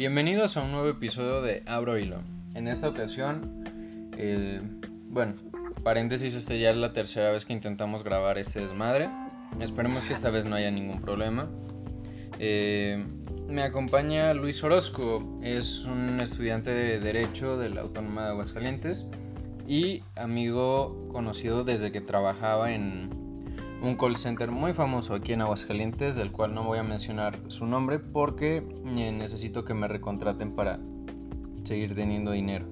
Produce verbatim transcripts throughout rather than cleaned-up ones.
Bienvenidos a un nuevo episodio de Abro Hilo. En esta ocasión, eh, bueno, paréntesis, esta ya es la tercera vez que intentamos grabar este desmadre. Esperemos que esta vez no haya ningún problema. Eh, me acompaña Luis Orozco, es un estudiante de Derecho de la Autónoma de Aguascalientes y amigo conocido desde que trabajaba en un call center muy famoso aquí en Aguascalientes, del cual no voy a mencionar su nombre porque eh, necesito que me recontraten para seguir teniendo dinero.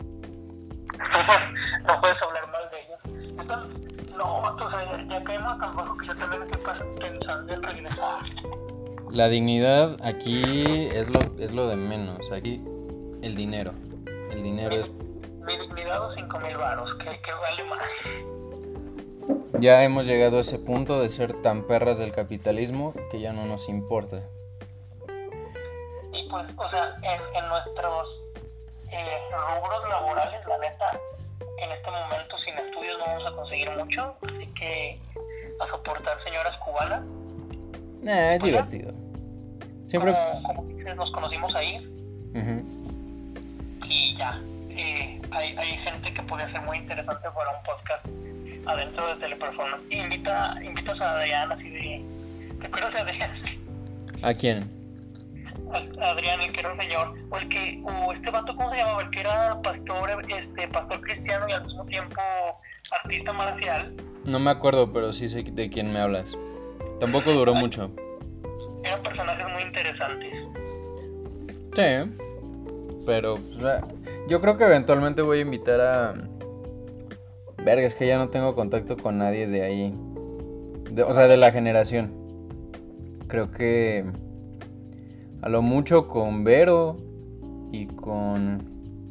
No puedes hablar mal de ellos. Entonces, no, o sea, ya caemos tan bajo que yo también estoy pensando en regresar. La dignidad aquí es lo, es lo de menos. Aquí el dinero. El dinero mi, es... Mi dignidad o cinco mil varos, que, que vale más. Ya hemos llegado a ese punto de ser tan perras del capitalismo que ya no nos importa. Y pues, o sea, en, en nuestros eh, rubros laborales, la neta, en este momento sin estudios no vamos a conseguir mucho, así que a soportar señoras cubanas. Nah, es Oiga, divertido. Siempre... Como, como dices, nos conocimos ahí uh-huh. y ya. Eh, hay, hay gente que puede ser muy interesante para un podcast adentro de Teleperformance. Invita, invitas a Adrián así de... ¿Te acuerdas de Adrián? ¿A quién? A Adrián, el que era un señor, o el que, o este vato, ¿cómo se llamaba? El que era pastor, este, pastor cristiano y al mismo tiempo artista marcial. No me acuerdo, pero sí sé de quién me hablas. Tampoco duró mucho. Eran personajes muy interesantes. Sí, pero o sea, yo creo que eventualmente voy a invitar a... Verga, es que ya no tengo contacto con nadie de ahí. De, o sea, de la generación. Creo que a lo mucho con Vero y con...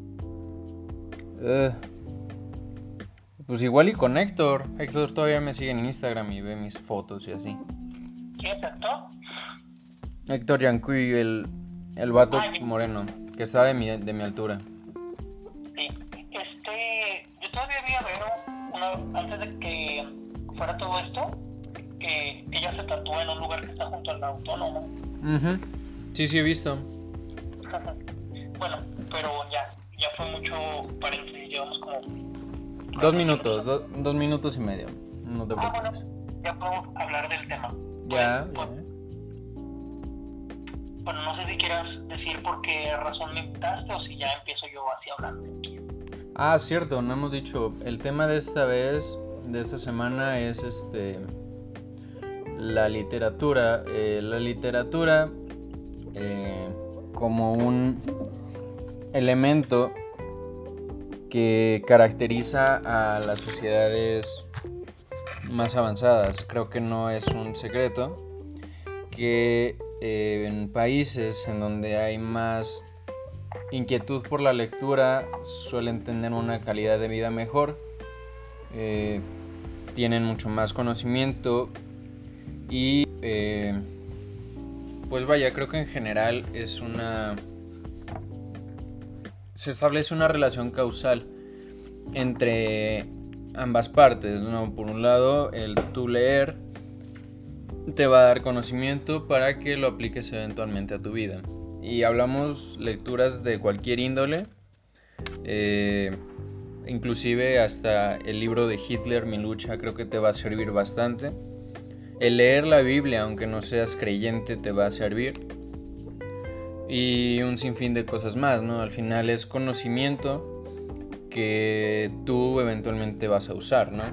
Uh, pues igual y con Héctor. Héctor todavía me sigue en Instagram y ve mis fotos y así. ¿Quién es Héctor? Héctor Yancuy, el, el vato ah, moreno, que está de mi, de mi altura. Sí, este... Yo todavía vi a Vero una, antes de que fuera todo esto, que ella se tatuó en un lugar que está junto al autónomo. Uh-huh. Sí, sí he visto. Bueno, pero ya, ya fue mucho paréntesis, llevamos como... Dos minutos, do, dos minutos y medio, no te Ah, preocupes. bueno, ya podemos hablar del tema. Ya, pues, ya. Pues, bueno, no sé si quieras decir por qué razón me invitaste o si ya empiezo yo así hablando. Ah, cierto, no hemos dicho. El tema de esta vez, de esta semana, es este la literatura. Eh, la literatura eh, como un elemento que caracteriza a las sociedades más avanzadas. Creo que no es un secreto que eh, en países en donde hay más inquietud por la lectura suelen tener una calidad de vida mejor, eh, tienen mucho más conocimiento y eh, pues vaya, creo que en general es una se establece una relación causal entre ambas partes, ¿no? Por un lado, el tú leer te va a dar conocimiento para que lo apliques eventualmente a tu vida. Y hablamos lecturas de cualquier índole, eh, inclusive hasta el libro de Hitler, Mi lucha, creo que te va a servir bastante. El leer la Biblia, aunque no seas creyente, te va a servir. Y un sinfín de cosas más, ¿no? Al final es conocimiento que tú eventualmente vas a usar, ¿no?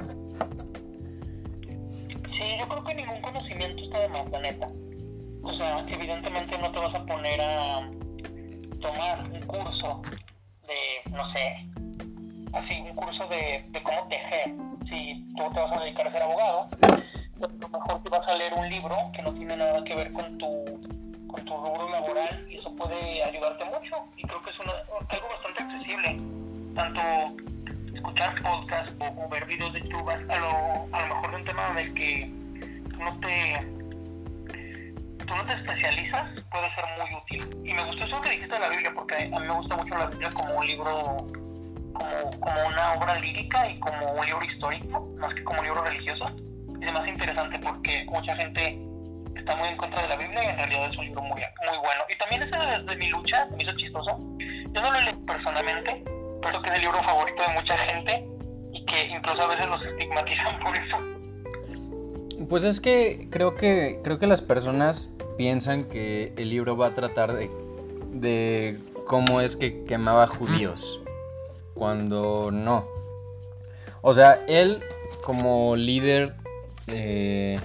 Sí, yo creo que ningún conocimiento está de más, la neta. O sea, evidentemente no te vas a poner a tomar un curso de, no sé, así, un curso de, de cómo tejer. Si tú te vas a dedicar a ser abogado, a lo mejor te vas a leer un libro que no tiene nada que ver con tu, con tu rubro laboral y eso puede ayudarte mucho. Y creo que es una, algo bastante accesible. Tanto escuchar podcasts o, o ver videos de YouTube, a lo, a lo mejor de un tema del que tú no te... tú no te especializas, puede ser muy útil. Y me gustó eso que dijiste de la Biblia, porque a mí me gusta mucho la Biblia como un libro, como, como una obra lírica y como un libro histórico, más que como un libro religioso. Es más interesante porque mucha gente está muy en contra de la Biblia y en realidad es un libro muy, muy bueno. Y también ese de, de Mi Lucha, me hizo chistoso. Yo no lo leí personalmente, pero que es el libro favorito de mucha gente y que incluso a veces los estigmatizan por eso. Pues es que creo que creo que las personas piensan que el libro va a tratar de, de cómo es que quemaba judíos, cuando no. O sea, él como líder eh,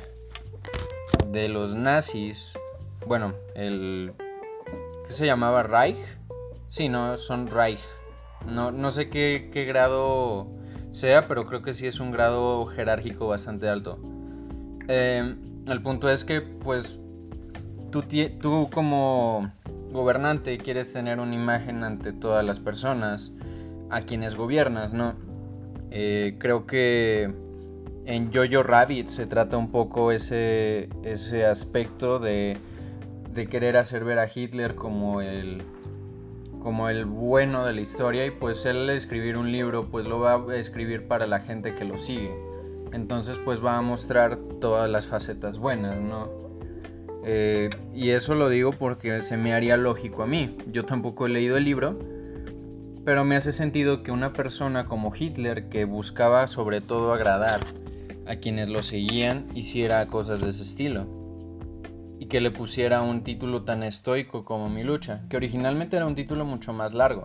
de los nazis, bueno, el ¿qué se llamaba? Reich. Sí, no, son Reich. No, no sé qué, qué grado sea, pero creo que sí es un grado jerárquico bastante alto. Eh, el punto es que, pues, tú, tú como gobernante quieres tener una imagen ante todas las personas a quienes gobiernas, ¿no? Eh, creo que en Jojo Rabbit se trata un poco ese, ese aspecto de, de querer hacer ver a Hitler como el, como el bueno de la historia, y pues él al escribir un libro pues lo va a escribir para la gente que lo sigue. Entonces pues va a mostrar todas las facetas buenas, ¿no? Eh, y eso lo digo porque se me haría lógico a mí. Yo tampoco he leído el libro, pero me hace sentido que una persona como Hitler, que buscaba sobre todo agradar a quienes lo seguían, hiciera cosas de ese estilo. Y que le pusiera un título tan estoico como Mi Lucha, que originalmente era un título mucho más largo.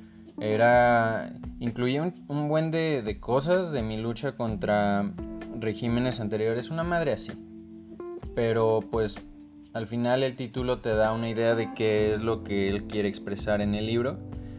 Era, incluía un, un buen de, de cosas de mi lucha contra regímenes anteriores, una madre así. Pero pues al final el título te da una idea de qué es lo que él quiere expresar en el libro.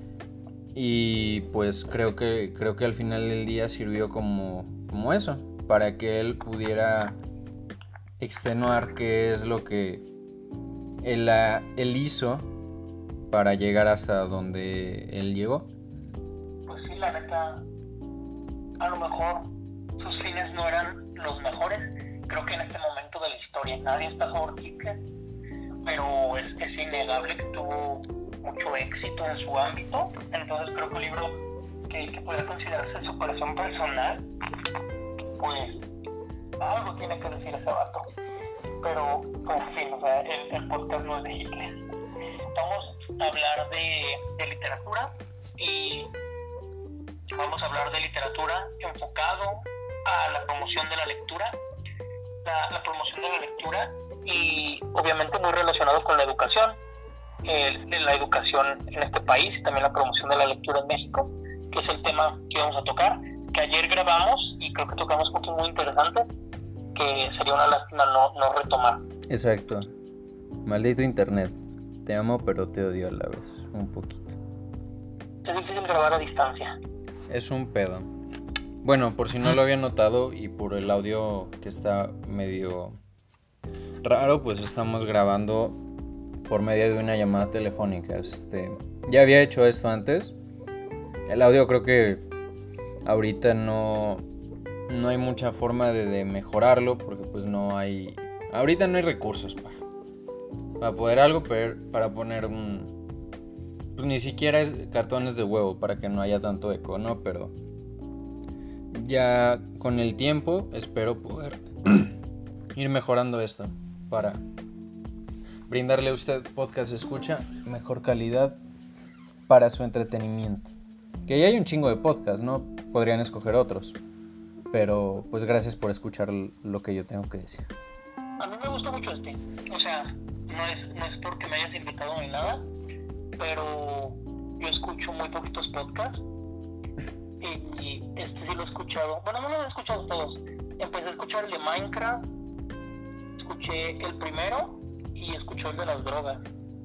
Y pues creo que, creo que al final del día sirvió como, como eso, para que él pudiera extenuar qué es lo que él, él hizo para llegar hasta donde él llegó. Pues sí, la neta, a lo mejor sus fines no eran los mejores. Creo que en este momento de la historia nadie está por Hitler, pero es, es innegable que tuvo mucho éxito en su ámbito. Entonces creo que un libro que, que pueda considerarse superación personal, pues algo tiene que decir ese vato. Pero, en fin, o sea, el, el podcast no es de Hitler. Vamos a hablar de, de literatura y vamos a hablar de literatura enfocado a la promoción de la lectura, la, la promoción de la lectura y obviamente muy relacionado con la educación, el, la educación en este país y también la promoción de la lectura en México, que es el tema que vamos a tocar, que ayer grabamos y creo que tocamos puntos muy interesantes que sería una lástima no, no retomar. Exacto. Maldito internet. Te amo, pero te odio a la vez, un poquito. Es difícil grabar a distancia. Es un pedo. Bueno, por si no lo había notado y por el audio que está medio raro, pues estamos grabando por medio de una llamada telefónica. Este, ya había hecho esto antes. El audio creo que ahorita no, no hay mucha forma de, de mejorarlo porque pues no hay... Ahorita no hay recursos para... Para poder algo, pero para poner un... Pues ni siquiera es cartones de huevo para que no haya tanto eco, ¿no? Pero ya con el tiempo espero poder ir mejorando esto para brindarle a usted podcast escucha mejor calidad para su entretenimiento. Que ya hay un chingo de podcasts, ¿no? Podrían escoger otros. Pero pues gracias por escuchar lo que yo tengo que decir. A mí me gusta mucho este. O sea, no es, no es porque me hayas invitado ni nada, pero yo escucho muy poquitos podcasts y, y este sí lo he escuchado. Bueno, no los he escuchado todos. Empecé a escuchar el de Minecraft, escuché el primero y escuché el de las drogas.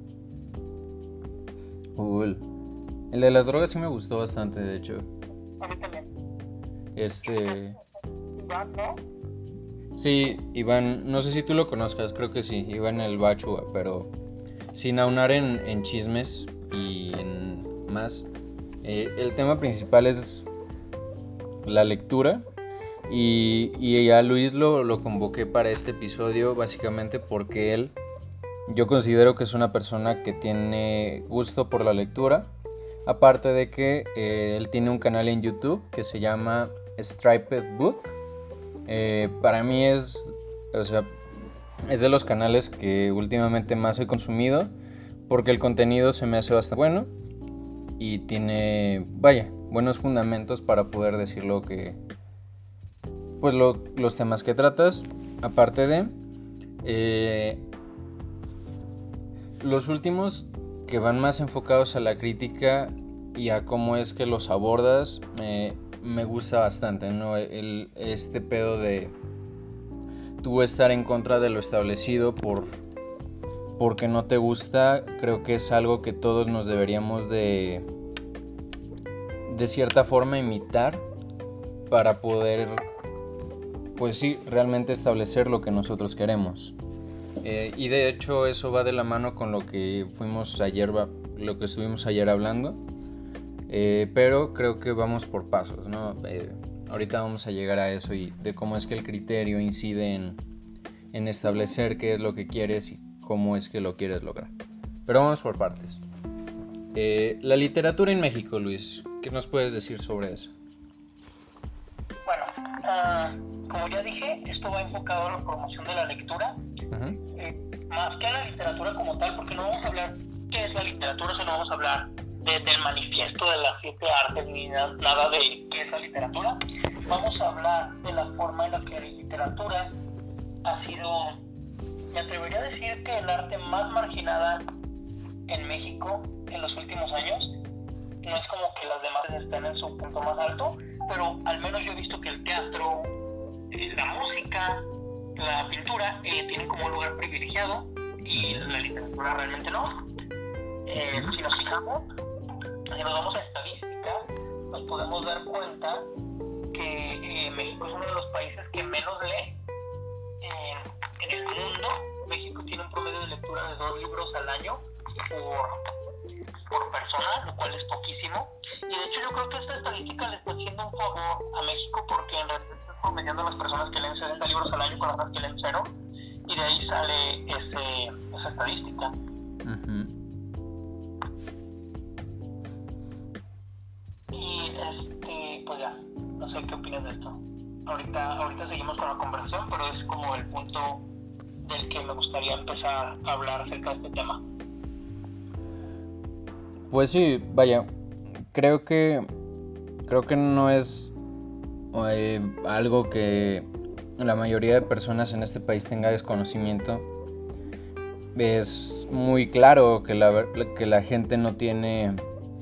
Cool. El de las drogas sí me gustó bastante, de hecho. A mí también. Este... Iván, ¿no? Sí, Iván, no sé si tú lo conozcas, creo que sí, Iván el Bachua, pero sin aunar en, en chismes y en más, eh, el tema principal es la lectura y, y a Luis lo, lo convoqué para este episodio básicamente porque él, yo considero que es una persona que tiene gusto por la lectura, aparte de que eh, él tiene un canal en YouTube que se llama Striped Book. Eh, para mí es, o sea, es de los canales que últimamente más he consumido porque el contenido se me hace bastante bueno y tiene, vaya, buenos fundamentos para poder decir lo que, pues lo, los temas que tratas. Aparte de eh, los últimos que van más enfocados a la crítica y a cómo es que los abordas, eh, me gusta bastante, ¿no? El, este pedo de tú estar en contra de lo establecido por porque no te gusta, creo que es algo que todos nos deberíamos de de cierta forma imitar para poder, pues sí, realmente establecer lo que nosotros queremos. Eh, y de hecho eso va de la mano con lo que fuimos ayer, lo que estuvimos ayer hablando, eh, pero creo que vamos por pasos, ¿no? Eh, ahorita vamos a llegar a eso y de cómo es que el criterio incide en, en establecer qué es lo que quieres y cómo es que lo quieres lograr. Pero vamos por partes. Eh, la literatura en México, Luis, ¿qué nos puedes decir sobre eso? Bueno, uh, como ya dije, esto va enfocado a la promoción de la lectura, uh-huh. eh, más que a la literatura como tal, porque no vamos a hablar qué es la literatura, sino vamos a hablar de, del manifiesto de las siete artes, ni nada de qué es la literatura. Vamos a hablar de la forma en la que la literatura ha sido, me atrevería a decir que el arte más marginada en México en los últimos años. No es como que las demás estén en su punto más alto, pero al menos yo he visto que el teatro, la música, la pintura eh, tienen como un lugar privilegiado y la literatura realmente no. Eh, si nos fijamos, si nos vamos a estadísticas, nos podemos dar cuenta que eh, México es uno de los países que menos lee eh, en el mundo. México tiene un promedio de lectura de dos libros al año por, por persona, lo cual es poquísimo. Y de hecho yo creo que esta estadística le está haciendo un favor a México porque en realidad está promediando a las personas que leen sesenta libros al año con las que leen cero, y de ahí sale ese, esa estadística. Uh-huh. Y este, pues ya, no sé qué opinas de esto. Ahorita, ahorita seguimos con la conversación, pero es como el punto del que me gustaría empezar a hablar acerca de este tema. Pues sí, vaya, creo que creo que no es eh, algo que la mayoría de personas en este país tenga desconocimiento. Es muy claro que la, que la gente no tiene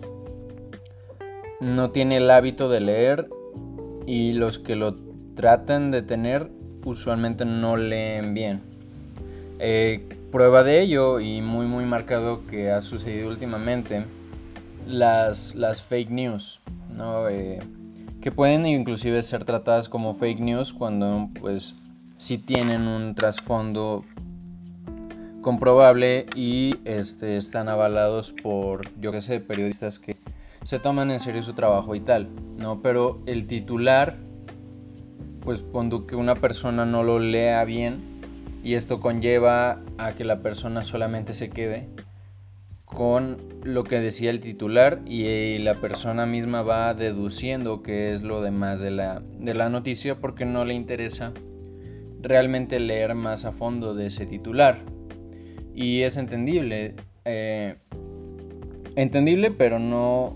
no tiene el hábito de leer, y los que lo tratan de tener usualmente no leen bien. Eh, prueba de ello, y muy muy marcado que ha sucedido últimamente, las, las fake news, ¿no? Eh, que pueden inclusive ser tratadas como fake news cuando pues sí tienen un trasfondo comprobable y este, están avalados por, yo qué sé, periodistas que se toman en serio su trabajo y tal, ¿no? Pero el titular, pues cuando que una persona no lo lea bien, y esto conlleva a que la persona solamente se quede con lo que decía el titular, y la persona misma va deduciendo qué es lo demás de la, de la noticia, porque no le interesa realmente leer más a fondo de ese titular. Y es entendible, eh, entendible pero no,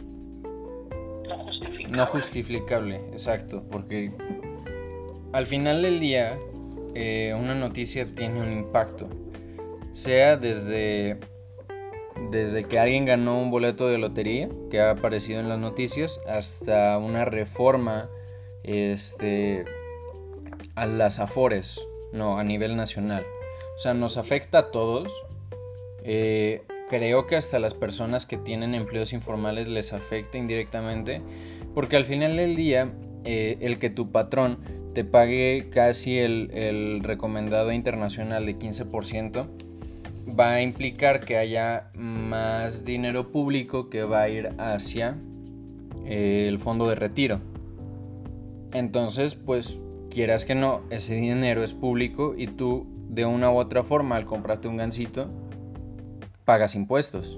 no justificable, exacto, porque al final del día eh, una noticia tiene un impacto, sea desde, desde que alguien ganó un boleto de lotería que ha aparecido en las noticias, hasta una reforma este, a las Afores, no, a nivel nacional. O sea, nos afecta a todos. Eh, creo que hasta las personas que tienen empleos informales les afecta indirectamente, porque al final del día eh, el que tu patrón te pague casi el, el recomendado internacional de quince por ciento va a implicar que haya más dinero público que va a ir hacia eh, el fondo de retiro. Entonces, pues quieras que no, ese dinero es público, y tú de una u otra forma, al comprarte un gansito, pagas impuestos.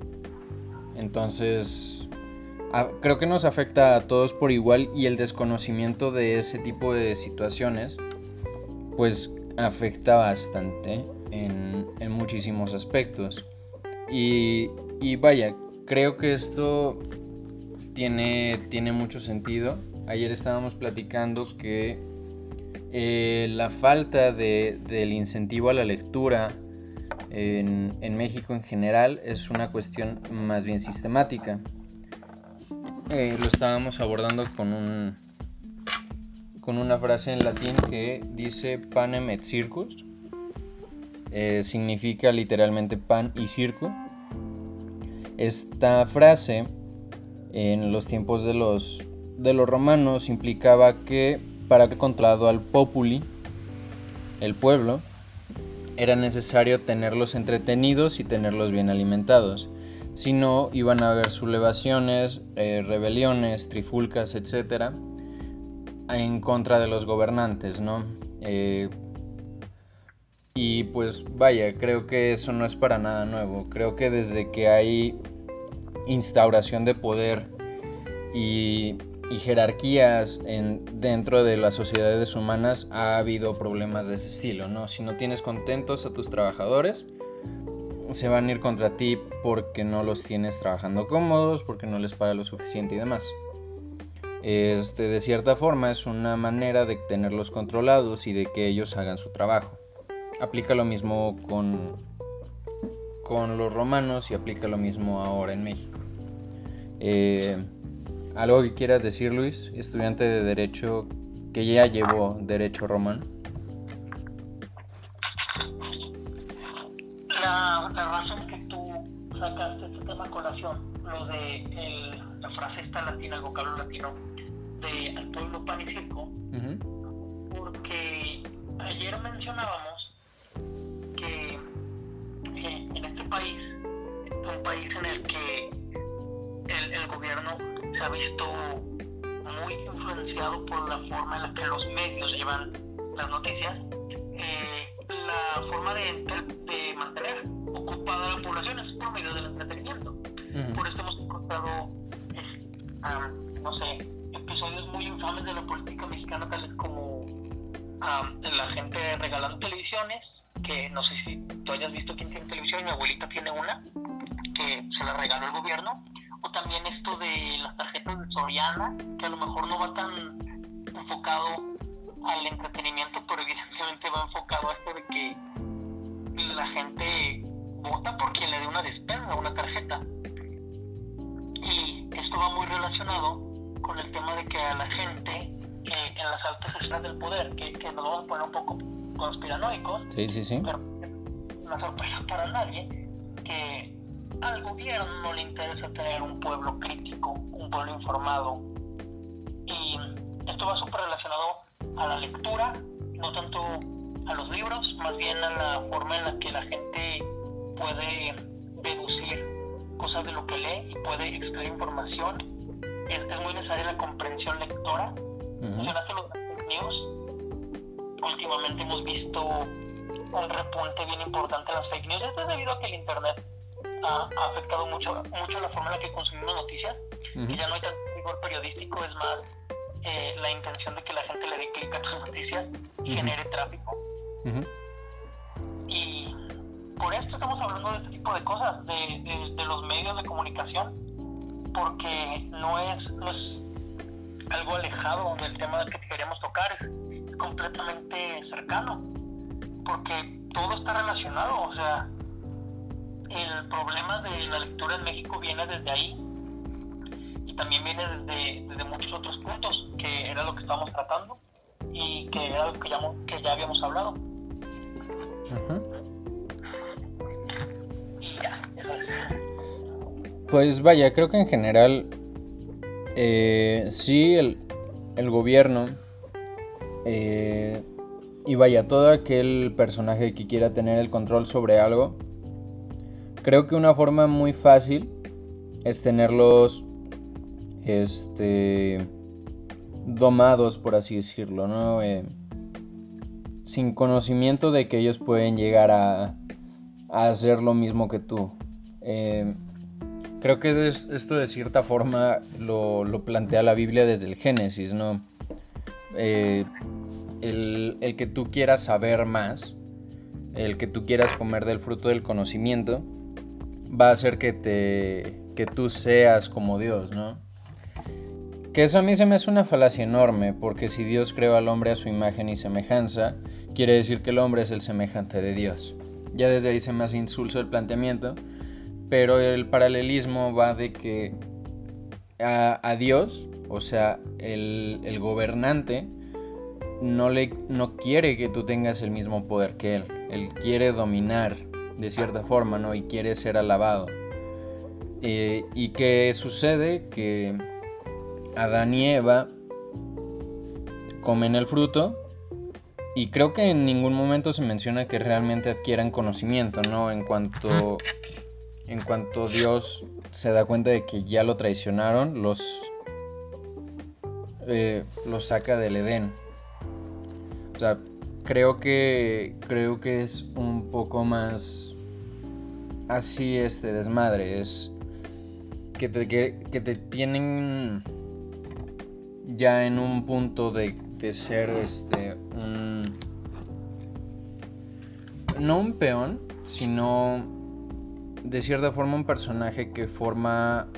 Entonces, a, creo que nos afecta a todos por igual, y el desconocimiento de ese tipo de situaciones, pues afecta bastante en, en muchísimos aspectos. Y, y vaya, creo que esto tiene, tiene mucho sentido. Ayer estábamos platicando que eh, la falta de, del incentivo a la lectura en, en México en general es una cuestión más bien sistemática. Eh, lo estábamos abordando con un con una frase en latín que dice panem et circus. Eh, significa literalmente pan y circo. Esta frase en los tiempos de los, de los romanos implicaba que para haber controlado al populi, el pueblo, era necesario tenerlos entretenidos y tenerlos bien alimentados. Si no, iban a haber sublevaciones, eh, rebeliones, trifulcas, etcétera, en contra de los gobernantes, ¿no? Eh, y pues vaya, creo que eso no es para nada nuevo. Creo que desde que hay instauración de poder y, y jerarquías en, dentro de las sociedades humanas ha habido problemas de ese estilo, ¿no? Si no tienes contentos a tus trabajadores, se van a ir contra ti porque no los tienes trabajando cómodos, porque no les pagas lo suficiente y demás. Este, de cierta forma es una manera de tenerlos controlados y de que ellos hagan su trabajo. Aplica lo mismo con, con los romanos y aplica lo mismo ahora en México. Eh, ¿Algo que quieras decir, Luis, estudiante de Derecho que ya llevó Derecho Romano? La, la razón que tú sacaste este tema a colación, lo de el, la frase esta latina, el vocablo latino, de al pueblo pan y circo, uh-huh. Porque ayer mencionábamos que eh, en este país, un país en el que el, el gobierno se ha visto muy influenciado por la forma en la que los medios llevan las noticias, eh, la forma de, de mantener ocupada a la población es por medio del entretenimiento. Uh-huh. Por esto hemos encontrado, eh, um, no sé, episodios muy infames de la política mexicana, tales como um, la gente regalando televisiones, que no sé si tú hayas visto quién tiene televisión. Mi abuelita tiene una que se la regaló el gobierno, o también esto de las tarjetas de Soriana, que a lo mejor no va tan enfocado al entretenimiento, pero evidentemente va enfocado a esto de que la gente vota por quien le dé una despensa, una tarjeta. Y esto va muy relacionado con el tema de que a la gente eh, en las altas esferas del poder, que, que nos vamos a poner un poco conspiranoicos, sí, sí, sí. Pero no sorpresa para nadie que al gobierno no le interesa tener un pueblo crítico, un pueblo informado. Y esto va súper relacionado a la lectura, no tanto a los libros, más bien a la forma en la que la gente puede deducir cosas de lo que lee y puede extraer información. Es, es muy necesaria la comprensión lectora. Uh-huh. Mencionaste los fake news. Últimamente hemos visto un repunte bien importante en las fake news. Esto es debido a que el internet ha, ha afectado mucho, mucho la forma en la que consumimos noticias. Uh-huh. Y ya no hay tanto rigor periodístico, es más eh, la intención de que la gente le dé clic a tus noticias y uh-huh. genere tráfico. Uh-huh. Y por esto estamos hablando de este tipo de cosas, de, de, de los medios de comunicación, porque no es, no es algo alejado del tema que queremos tocar, es, es completamente cercano, porque todo está relacionado. O sea, el problema de la lectura en México viene desde ahí y también viene desde, desde muchos otros puntos, que era lo que estábamos tratando y que era lo que ya, que ya habíamos hablado. Uh-huh. Y ya, eso es. Pues vaya, creo que en general eh, sí el, el gobierno eh, y vaya, todo aquel personaje que quiera tener el control sobre algo, creo que una forma muy fácil es tenerlos este domados, por así decirlo, ¿no? Eh, sin conocimiento de que ellos pueden llegar a, a hacer lo mismo que tú. Eh, creo que es, esto de cierta forma lo, lo plantea la Biblia desde el Génesis, ¿no? Eh, el, el que tú quieras saber más, el que tú quieras comer del fruto del conocimiento, va a hacer que, te, que tú seas como Dios, ¿no? Que eso a mí se me hace una falacia enorme, porque si Dios creó al hombre a su imagen y semejanza, quiere decir que el hombre es el semejante de Dios. Ya desde ahí se me hace insulso el planteamiento, pero el paralelismo va de que a, a Dios, o sea, el, el gobernante, no, le, no quiere que tú tengas el mismo poder que él. Él quiere dominar de cierta forma, ¿no? Y quiere ser alabado. Eh, ¿Y qué sucede? Que Adán y Eva comen el fruto y creo que en ningún momento se menciona que realmente adquieran conocimiento, ¿no? En cuanto, en cuanto Dios se da cuenta de que ya lo traicionaron, los, eh, los saca del Edén. O sea, creo que, creo que es un poco más así este desmadre. Es que te, que, que te tienen ya en un punto de, de ser este un no un peón, sino de cierta forma un personaje que forma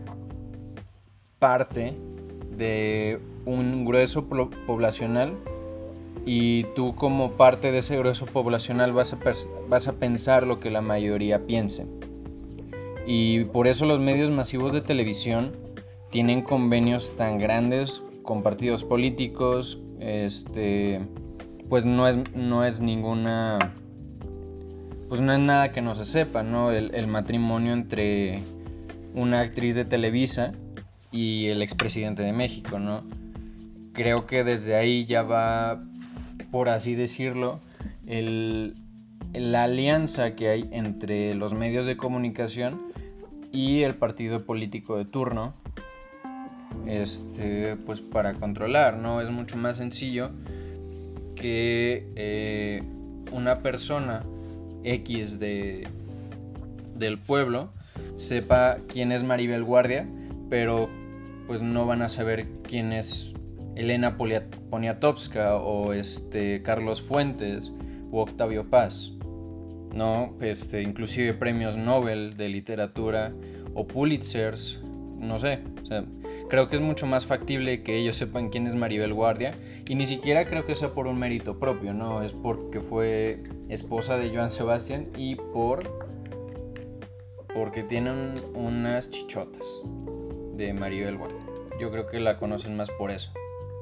parte de un grueso poblacional, y tú como parte de ese grueso poblacional vas a, pers- vas a pensar lo que la mayoría piense. Y por eso los medios masivos de televisión tienen convenios tan grandes con partidos políticos. Este, pues no es, no es ninguna, pues no es nada que no se sepa, ¿no? El, el matrimonio entre una actriz de Televisa y el expresidente de México, ¿no? Creo que desde ahí ya va, por así decirlo, el, la alianza que hay entre los medios de comunicación y el partido político de turno, este, pues para controlar, ¿no? Es mucho más sencillo que eh, una persona X de, del pueblo sepa quién es Maribel Guardia, pero pues no van a saber quién es Elena Poniatowska o este Carlos Fuentes u Octavio Paz, ¿no? Este, inclusive premios Nobel de literatura o Pulitzers, no sé, o sea, creo que es mucho más factible que ellos sepan quién es Maribel Guardia, y ni siquiera creo que sea por un mérito propio, no, es porque fue esposa de Joan Sebastián y por porque tienen unas chichotas de Maribel Guardia. Yo creo que la conocen más por eso.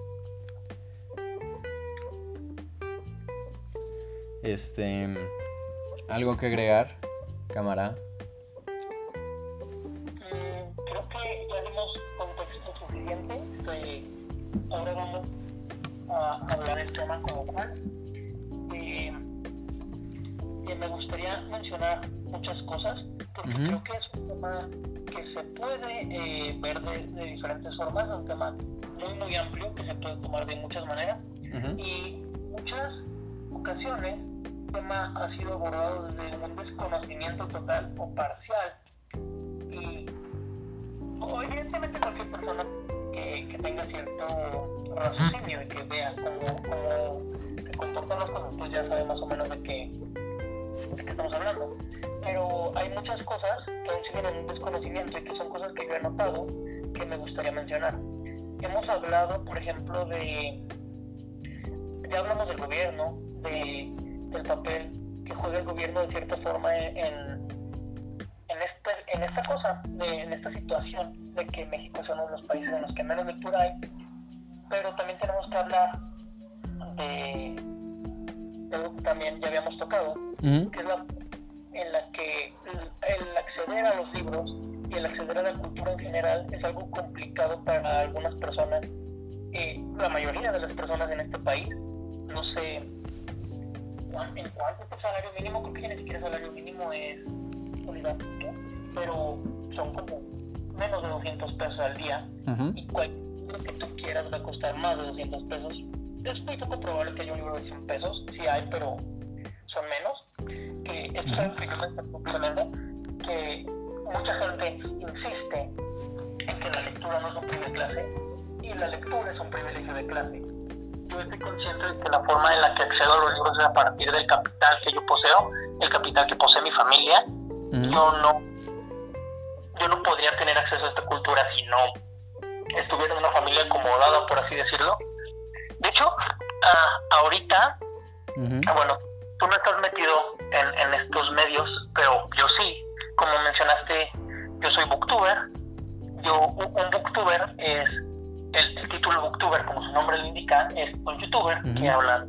Este, ¿algo que agregar, camarada? Mm, creo que ya dimos contexto suficiente. Eh, ahora vamos a hablar del tema como cual. Eh, eh, me gustaría mencionar muchas cosas, porque uh-huh. creo que es un tema que se puede eh, ver de, de diferentes formas, es un tema muy muy amplio que se puede tomar de muchas maneras, uh-huh. y muchas ocasiones el tema ha sido abordado desde un desconocimiento total o parcial, y o evidentemente cualquier persona que, que tenga cierto raciocinio y que vea cómo, cómo se comportan las cosas, pues ya sabe más o menos de qué, de qué estamos hablando. Pero hay muchas cosas que aún siguen en un desconocimiento y que son cosas que yo he notado que me gustaría mencionar. Hemos hablado, por ejemplo, de... Ya hablamos del gobierno, de, del papel que juega el gobierno de cierta forma en, en, este, en esta cosa, de, en esta situación de que México es uno de los países en los que menos lectura hay. Pero también tenemos que hablar de, de algo que también ya habíamos tocado, uh-huh. que es la en la que el acceder a los libros y el acceder a la cultura en general es algo complicado para algunas personas, eh, la mayoría de las personas en este país. No sé en cuánto es el salario mínimo, creo que ni siquiera el salario mínimo es unidad, pero son como menos de doscientos pesos al día, uh-huh. y cualquier que tú quieras va a costar más de doscientos pesos. Es muy poco probable que haya un libro de cien pesos, sí hay, pero son menos. Que esto es algo que yo me tremenda, que mucha gente insiste en que la lectura no es un privilegio de clase, y la lectura es un privilegio de clase. yo estoy consciente de que la forma en la que accedo a los libros es a partir del capital que yo poseo, el capital que posee mi familia. Uh-huh. Yo no yo no podría tener acceso a esta cultura si no estuviera en una familia acomodada, por así decirlo. De hecho, uh, ahorita, uh-huh. bueno, tú no estás metido en, en estos medios, pero yo sí. Como mencionaste, yo soy booktuber. Yo, un, un booktuber es, el, el título booktuber, como su nombre lo indica, es un youtuber uh-huh. que habla.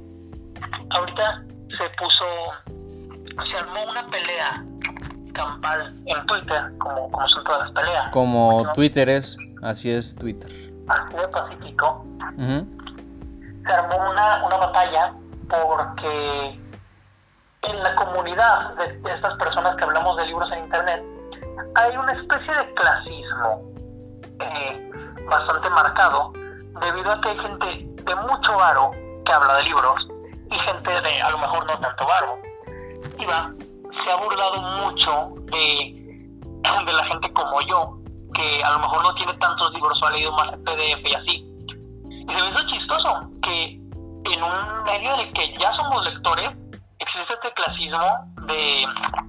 Ahorita se puso, se armó una pelea campal en Twitter, como, como son todas las peleas. Como ¿no? Twitter es, así es Twitter. Así de pacífico. Uh-huh. Se armó una, una batalla porque en la comunidad de, de estas personas que hablamos de libros en internet hay una especie de clasismo eh, bastante marcado, debido a que hay gente de mucho varo que habla de libros y gente de a lo mejor no tanto varo. Y va, se ha burlado mucho de, de la gente como yo, que a lo mejor no tiene tantos libros o ha leído más en P D F y así. Y se me hizo chistoso que en un medio en el que ya somos lectores existe este clasismo de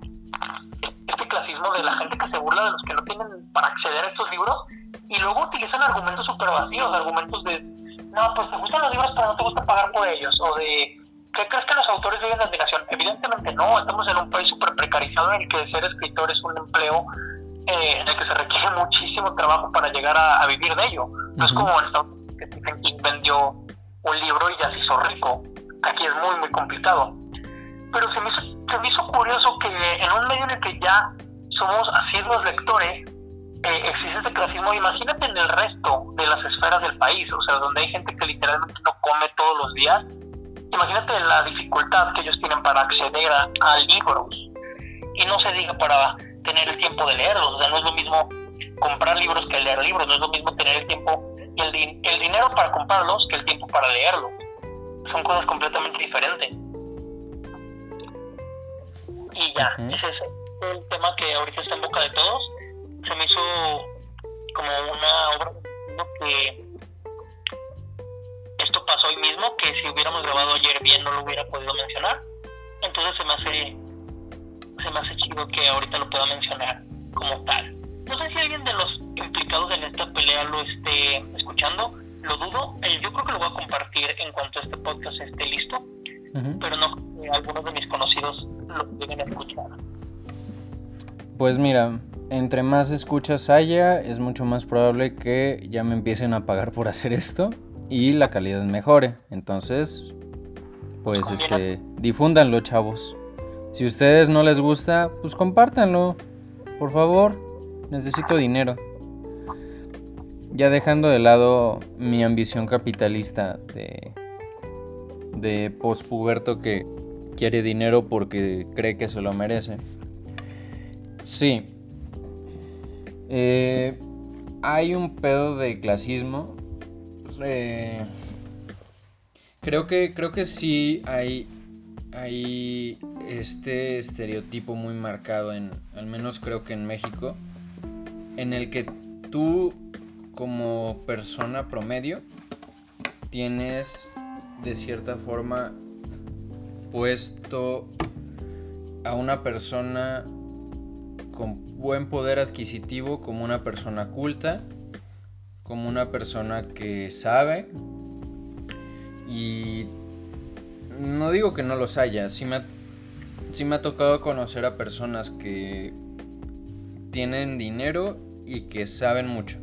este clasismo de la gente que se burla de los que no tienen para acceder a estos libros y luego utilizan argumentos súper vacíos, argumentos de no, pues te gustan los libros pero no te gusta pagar por ellos, o de ¿qué crees que los autores viven de admiración? Evidentemente no, estamos en un país súper precarizado en el que ser escritor es un empleo eh, en el que se requiere muchísimo trabajo para llegar a, a vivir de ello. No uh-huh. es como en Estados Unidos que Stephen King vendió un libro y ya se hizo rico. Aquí es muy muy complicado. Pero se me hizo, se me hizo curioso que en un medio en el que ya somos asiduos lectores, eh, existe este clasismo. Imagínate en el resto de las esferas del país, o sea, donde hay gente que literalmente no come todos los días. Imagínate la dificultad que ellos tienen para acceder a, a libros. Y no se diga para tener el tiempo de leerlos. O sea, no es lo mismo comprar libros que leer libros. No es lo mismo tener el tiempo y el, di- el dinero para comprarlos que el tiempo para leerlos. Son cosas completamente diferentes. Y ya, uh-huh. ese es el tema que ahorita está en boca de todos. Se me hizo como una obra que esto pasó hoy mismo, que si hubiéramos grabado ayer bien no lo hubiera podido mencionar. Entonces se me hace se me hace chido que ahorita lo pueda mencionar como tal. No sé si alguien de los implicados en esta pelea lo esté escuchando, lo dudo. Eh, yo creo que lo voy a compartir en cuanto este podcast esté listo, uh-huh. pero no eh, algunos de mis conocidos lo deben escuchar. Pues mira, entre más escuchas haya, es mucho más probable que ya me empiecen a pagar por hacer esto y la calidad mejore. Entonces, pues este, difúndanlo, chavos. Si a ustedes no les gusta, pues compártanlo, por favor. Necesito dinero. Ya dejando de lado mi ambición capitalista de de pospuberto que quiere dinero porque cree que se lo merece. Sí. Eh, hay un pedo de clasismo. Eh, creo que creo que sí hay hay este estereotipo muy marcado en, al menos creo que en México, en el que tú como persona promedio tienes de cierta forma puesto a una persona con buen poder adquisitivo como una persona culta, como una persona que sabe, y no digo que no los haya, sí me ha, sí me ha tocado conocer a personas que tienen dinero y que saben mucho,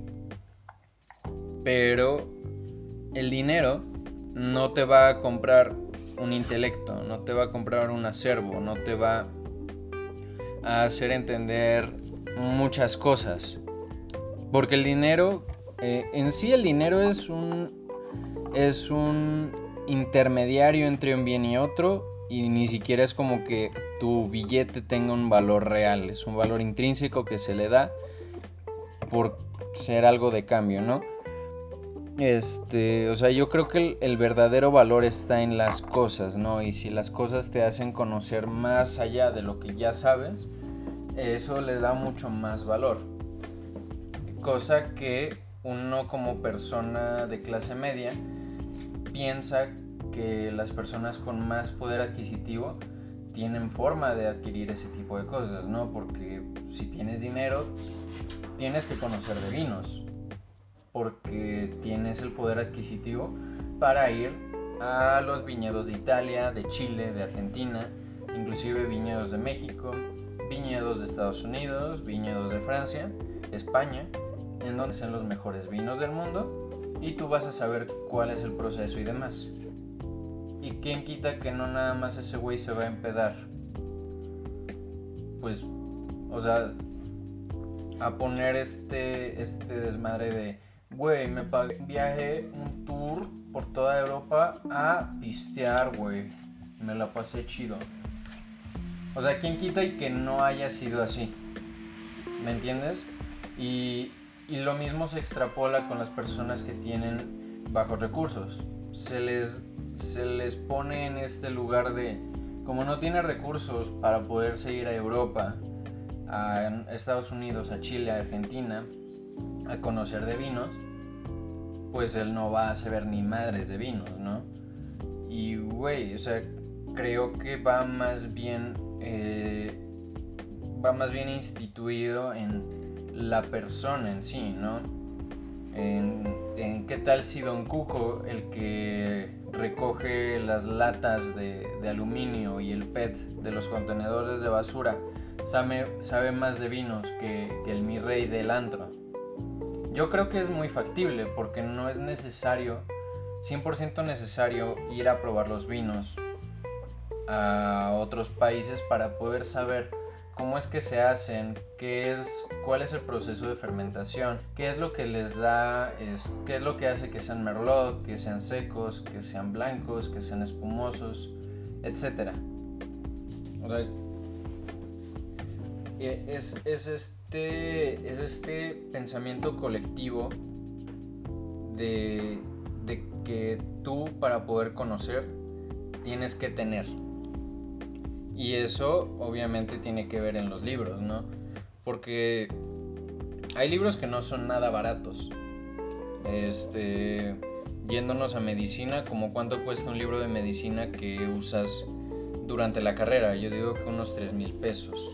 pero el dinero no te va a comprar un intelecto, no te va a comprar un acervo, no te va a hacer entender muchas cosas, porque el dinero eh, en sí el dinero es un es un intermediario entre un bien y otro, y ni siquiera es como que tu billete tenga un valor real, es un valor intrínseco que se le da por ser algo de cambio, ¿no? Este, o sea, yo creo que el, el verdadero valor está en las cosas, ¿no? Y si las cosas te hacen conocer más allá de lo que ya sabes, eso le da mucho más valor. Cosa que uno como persona de clase media piensa que las personas con más poder adquisitivo tienen forma de adquirir ese tipo de cosas, ¿no? Porque si tienes dinero, tienes que conocer de vinos, porque tienes el poder adquisitivo para ir a los viñedos de Italia, de Chile, de Argentina, inclusive viñedos de México, viñedos de Estados Unidos, viñedos de Francia, España, en donde son los mejores vinos del mundo, y tú vas a saber cuál es el proceso y demás. ¿Y quién quita que no nada más ese güey se va a empedar? Pues, o sea, a poner este, este desmadre de, güey, me pagué un viaje, un tour por toda Europa a pistear, güey, me la pasé chido. O sea, ¿quién quita y que no haya sido así? ¿Me entiendes? Y, y lo mismo se extrapola con las personas que tienen bajos recursos. Se les, se les pone en este lugar de, como no tiene recursos para poderse ir a Europa, a Estados Unidos, a Chile, a Argentina, a conocer de vinos, pues él no va a saber ni madres de vinos, ¿no? Y, güey, o sea, creo que va más bien, eh, va más bien instituido en la persona en sí, ¿no? En, en qué tal si Don Cuco, el que recoge las latas de, de aluminio y el P E T de los contenedores de basura, sabe, sabe más de vinos que, que el mi rey del antro. Yo creo que es muy factible, porque no es necesario, cien por ciento necesario, ir a probar los vinos a otros países para poder saber cómo es que se hacen, qué es, cuál es el proceso de fermentación, qué es lo que les da, es, qué es lo que hace que sean merlot, que sean secos, que sean blancos, que sean espumosos, etcétera. O sea, es, es, este, es este pensamiento colectivo de, de que tú, para poder conocer, tienes que tener. Y eso obviamente tiene que ver en los libros, ¿no? Porque hay libros que no son nada baratos. Este, yéndonos a medicina, como cuánto cuesta un libro de medicina que usas durante la carrera. Yo digo que unos tres mil pesos.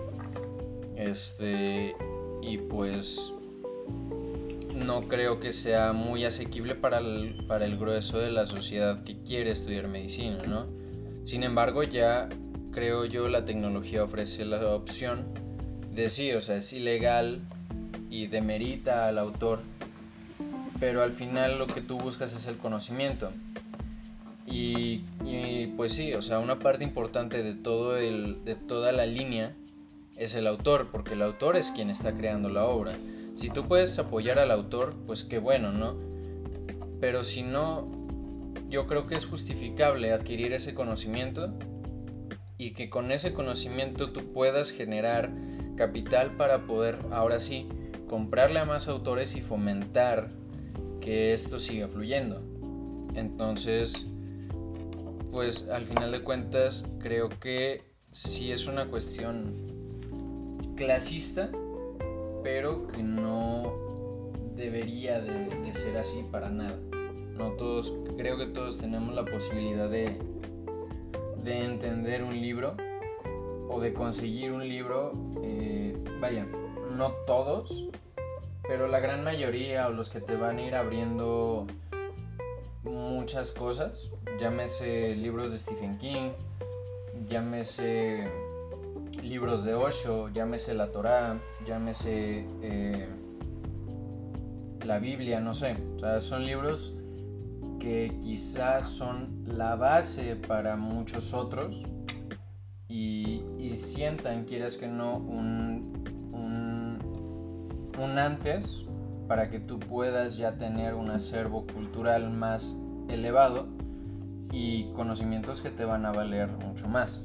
Este, y pues no creo que sea muy asequible para el, para el grueso de la sociedad que quiere estudiar medicina, ¿no? Sin embargo, ya creo yo la tecnología ofrece la opción de sí, o sea, es ilegal y demerita al autor, pero al final lo que tú buscas es el conocimiento. Y, y pues sí, o sea, una parte importante de, todo el, de toda la línea es el autor, porque el autor es quien está creando la obra. Si tú puedes apoyar al autor, pues qué bueno, ¿no? Pero si no, yo creo que es justificable adquirir ese conocimiento y que con ese conocimiento tú puedas generar capital para poder, ahora sí, comprarle a más autores y fomentar que esto siga fluyendo. Entonces, pues al final de cuentas creo que sí es una cuestión clasista, pero que no debería de, de ser así para nada. No todos, creo que todos tenemos la posibilidad de, de entender un libro o de conseguir un libro, eh, vaya, no todos, pero la gran mayoría, o los que te van a ir abriendo muchas cosas, llámese libros de Stephen King, llámese libros de Osho, llámese la Torá, llámese eh, la Biblia, no sé, o sea, son libros que quizás son la base para muchos otros y, y sientan, quieras que no, un, un, un antes para que tú puedas ya tener un acervo cultural más elevado y conocimientos que te van a valer mucho más.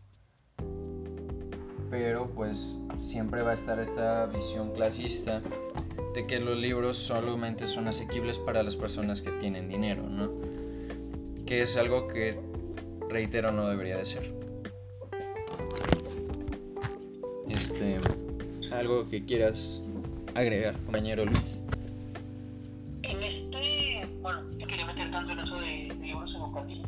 Pero pues siempre va a estar esta visión clasista de que los libros solamente son asequibles para las personas que tienen dinero, ¿no? Que es algo que, reitero, no debería de ser. Este, algo que quieras agregar, compañero Luis. En este, bueno, yo quería meter tanto en eso de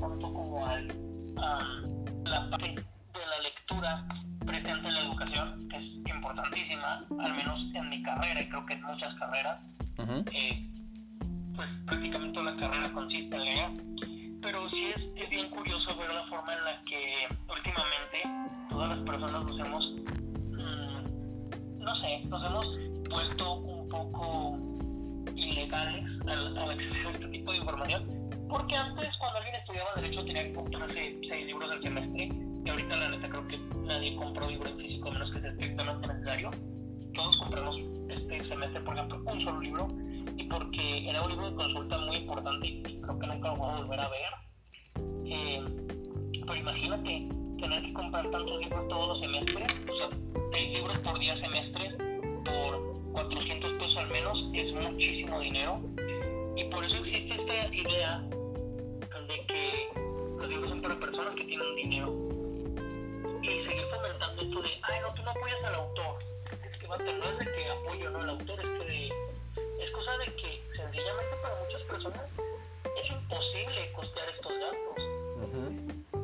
pronto como al um, la parte de la lectura presente en la educación, que es importantísima, al menos en mi carrera y creo que en muchas carreras. Uh-huh. eh, pues prácticamente toda la carrera consiste en leer, pero sí es, es bien curioso ver la forma en la que últimamente todas las personas nos hemos mmm, no sé, nos hemos vuelto un poco ilegales al, al acceder a este tipo de información, porque antes cuando alguien estudiaba derecho tenía que comprarse seis libros al semestre, y ahorita la neta creo que nadie compra un libro en físico a menos que sea estrictamente necesario. Todos compramos este semestre, por ejemplo, un solo libro, y porque era un libro de consulta muy importante y creo que nunca lo voy a volver a ver. Eh, pero imagínate tener que comprar tantos libros todos los semestres, o sea, seis libros por día semestres por cuatrocientos pesos al menos, es muchísimo dinero, y por eso existe esta idea de que los libros son para personas que tienen dinero, y seguir fomentando esto de, ay no, tú no apoyas al autor. Es que basta, no es de que apoyo no al autor, es que de, es cosa de que sencillamente para muchas personas es imposible costear estos gastos. Uh-huh.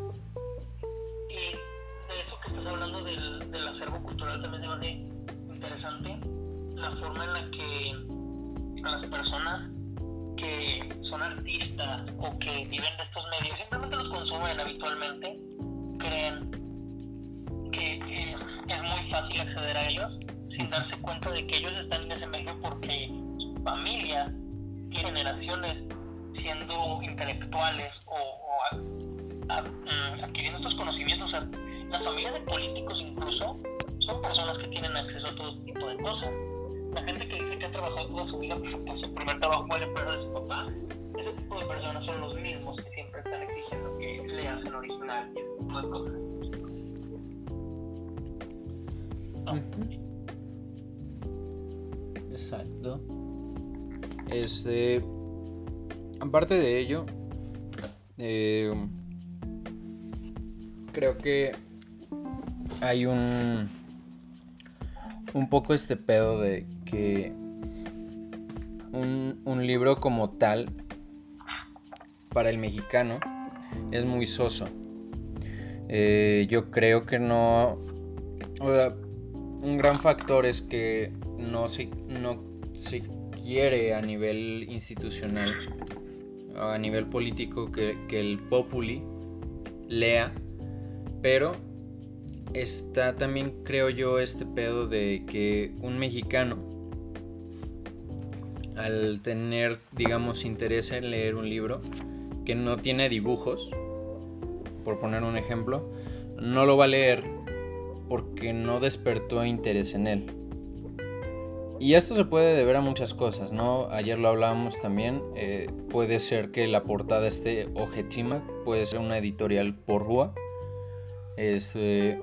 Y de eso que estás hablando del, del acervo cultural también se me hace interesante la forma en la que a las personas que son artistas o que viven de estos medios, simplemente los consumen habitualmente, creen que eh, es muy fácil acceder a ellos sin darse cuenta de que ellos están en ese medio porque su familia tiene generaciones siendo intelectuales o, o a, a, a, adquiriendo estos conocimientos. O sea, las familias de políticos incluso son personas que tienen acceso a todo tipo de cosas. La gente que dice que ha trabajado toda su vida, pues su primer trabajo fue la empresa de su papá, ese tipo de personas son los mismos que siempre están exigiendo que leas el original y ese tipo de cosas. No. Uh-huh. Exacto. Este, aparte de ello, eh, creo que hay un un poco este pedo de que un, un libro como tal para el mexicano es muy soso. Eh, yo creo que no, o sea, un gran factor es que no se, no se quiere a nivel institucional, a nivel político, que, que el populi lea, pero está también, creo yo, este pedo de que un mexicano, al tener, digamos, interés en leer un libro que no tiene dibujos, por poner un ejemplo, no lo va a leer porque no despertó interés en él. Y esto se puede deber a muchas cosas, ¿no? Ayer lo hablábamos también. Eh, puede ser que la portada esté Ojechima, puede ser una editorial porrúa. Este,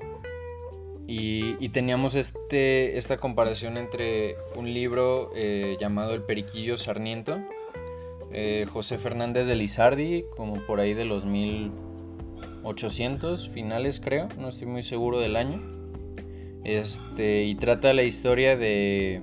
y, y teníamos este, esta comparación entre un libro eh, llamado El Periquillo Sarniento, eh, José Fernández de Lizardi, como por ahí de los mil ochocientos finales, creo, no estoy muy seguro del año. Este, y trata la historia de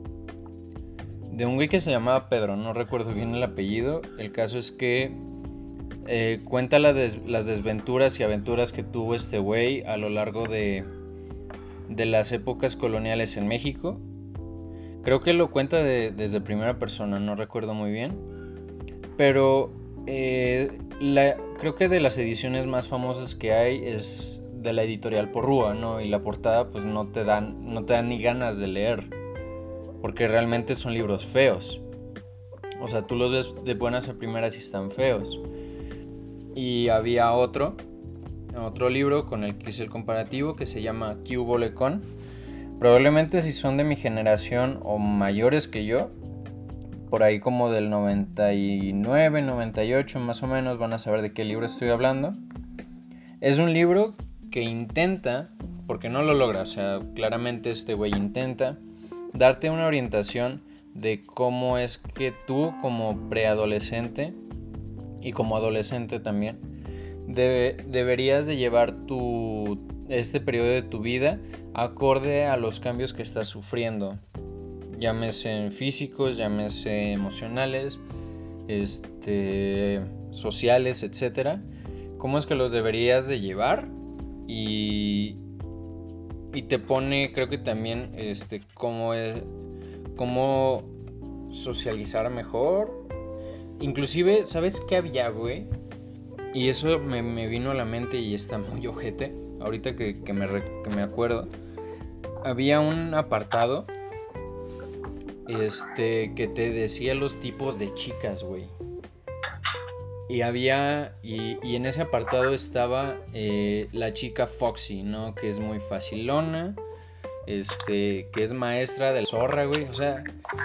de un güey que se llamaba Pedro, no recuerdo bien el apellido. El caso es que eh, cuenta la des, las desventuras y aventuras que tuvo este güey a lo largo de, de las épocas coloniales en México. Creo que lo cuenta de, desde primera persona, no recuerdo muy bien. Pero eh, la, creo que de las ediciones más famosas que hay es de la editorial Porrúa, ¿no? Y la portada pues no te dan, no te dan ni ganas de leer, porque realmente son libros feos. O sea, tú los ves de buenas a primeras y están feos. Y había otro, otro libro con el que hice el comparativo que se llama ¿Qué hubo lecón? Probablemente si son de mi generación o mayores que yo, por ahí como del noventa y nueve, noventa y ocho más o menos, van a saber de qué libro estoy hablando. Es un libro que intenta, porque no lo logra, o sea, claramente este güey intenta darte una orientación de cómo es que tú como preadolescente y como adolescente también debe, deberías de llevar tu, este periodo de tu vida acorde a los cambios que estás sufriendo, llámese físicos, llámese emocionales, este, sociales, etcétera, cómo es que los deberías de llevar y, y te pone, creo que también, este, cómo, es, cómo socializar mejor. Inclusive, ¿sabes qué había, güey? Y eso me, me vino a la mente y está muy ojete, ahorita que, que, me, que me acuerdo. Había un apartado este, que te decía los tipos de chicas, güey. Y había, y, y en ese apartado estaba eh, la chica Foxy, ¿no? Que es muy facilona, este, que es maestra del zorra, güey. O sea,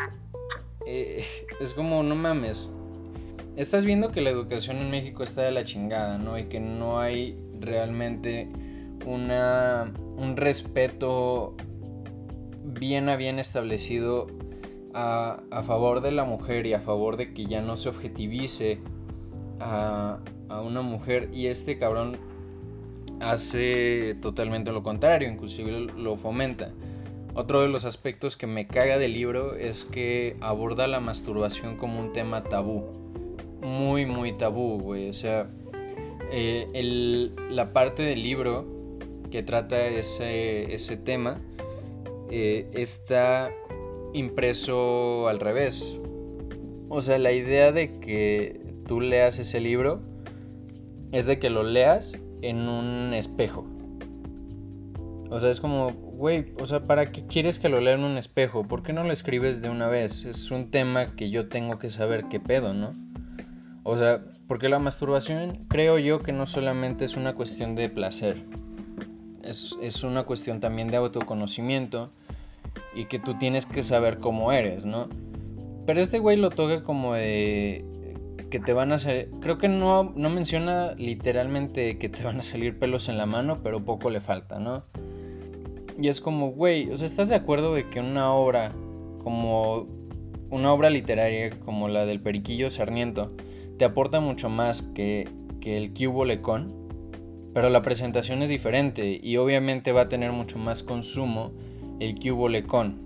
eh, es como, no mames. Estás viendo que la educación en México está de la chingada, ¿no? Y que no hay realmente una, un respeto bien a bien establecido a, a favor de la mujer y a favor de que ya no se objetivice a, a una mujer. Y este cabrón hace totalmente lo contrario, inclusive lo fomenta. Otro de los aspectos que me caga del libro es que aborda la masturbación como un tema tabú. Muy, muy tabú, güey. O sea, eh, el, la parte del libro que trata ese, ese tema eh, está impreso al revés. O sea, la idea de que tú leas ese libro es de que lo leas en un espejo. O sea, es como, güey, o sea, ¿para qué quieres que lo lea en un espejo? ¿Por qué no lo escribes de una vez? Es un tema que yo tengo que saber qué pedo, ¿no? O sea, porque la masturbación creo yo que no solamente es una cuestión de placer. Es, es una cuestión también de autoconocimiento y que tú tienes que saber cómo eres, ¿no? Pero este güey lo toca como de que te van a hacer... Creo que no, no menciona literalmente que te van a salir pelos en la mano, pero poco le falta, ¿no? Y es como, güey, o sea, ¿estás de acuerdo de que una obra como una obra literaria como la del Periquillo Sarmiento te aporta mucho más que, que el que hubo lecón? Pero la presentación es diferente y obviamente va a tener mucho más consumo el que hubo lecón.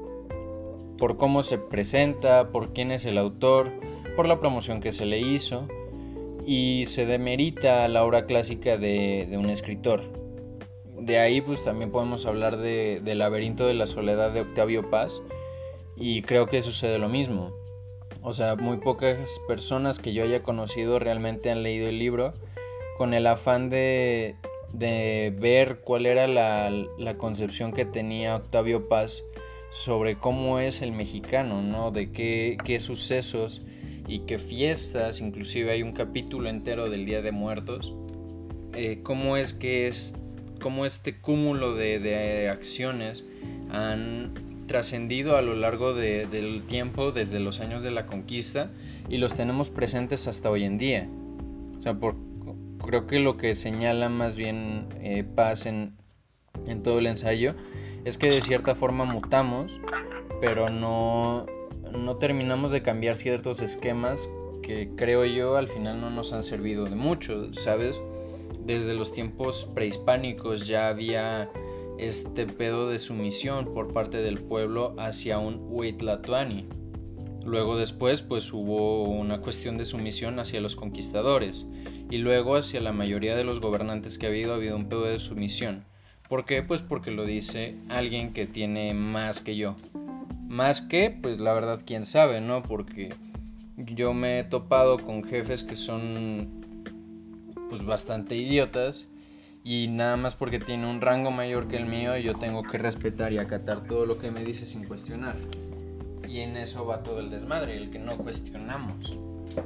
Por cómo se presenta, por quién es el autor, por la promoción que se le hizo, y se demerita la obra clásica de, de un escritor. De ahí pues también podemos hablar de, de Laberinto de la Soledad de Octavio Paz, y creo que sucede lo mismo. O sea, muy pocas personas que yo haya conocido realmente han leído el libro con el afán de, de ver cuál era la, la concepción que tenía Octavio Paz sobre cómo es el mexicano, ¿no? De qué, qué sucesos y qué fiestas, inclusive hay un capítulo entero del Día de Muertos, eh, cómo es que es, cómo este cúmulo de, de acciones han trascendido a lo largo de, del tiempo, desde los años de la conquista, y los tenemos presentes hasta hoy en día. O sea, por, creo que lo que señala más bien eh, Paz en, en todo el ensayo es que de cierta forma mutamos, pero no, no terminamos de cambiar ciertos esquemas que creo yo al final no nos han servido de mucho, ¿sabes? Desde los tiempos prehispánicos ya había este pedo de sumisión por parte del pueblo hacia un Huitlatoani. Luego después pues hubo una cuestión de sumisión hacia los conquistadores, y luego hacia la mayoría de los gobernantes que ha habido ha habido un pedo de sumisión. ¿Por qué? Pues porque lo dice alguien que tiene más que yo. Más que, pues la verdad, quién sabe, ¿no? Porque yo me he topado con jefes que son pues bastante idiotas, y nada más porque tiene un rango mayor que el mío yo tengo que respetar y acatar todo lo que me dice sin cuestionar. Y en eso va todo el desmadre, el que no cuestionamos.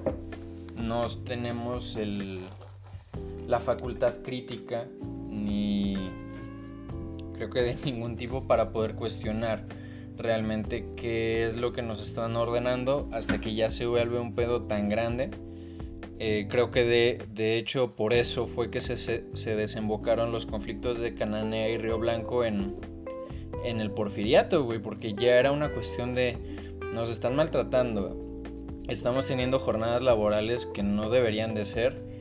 No tenemos el, la facultad crítica ni creo que de ningún tipo para poder cuestionar realmente qué es lo que nos están ordenando hasta que ya se vuelve un pedo tan grande. Eh, creo que de, de hecho por eso fue que se, se, se desembocaron los conflictos de Cananea y Río Blanco en, en el Porfiriato, güey, porque ya era una cuestión de nos están maltratando, estamos teniendo jornadas laborales que no deberían de ser,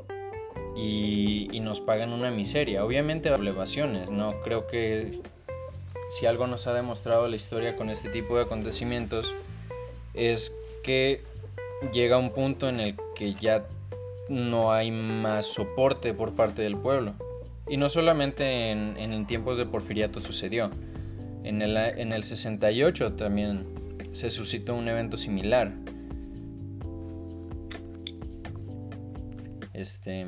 y, y nos pagan una miseria. Obviamente elevaciones, ¿no? Creo que si algo nos ha demostrado la historia con este tipo de acontecimientos es que llega un punto en el que ya no hay más soporte por parte del pueblo. Y no solamente en, en tiempos de Porfiriato sucedió. En el, en el sesenta y ocho también se suscitó un evento similar. Este...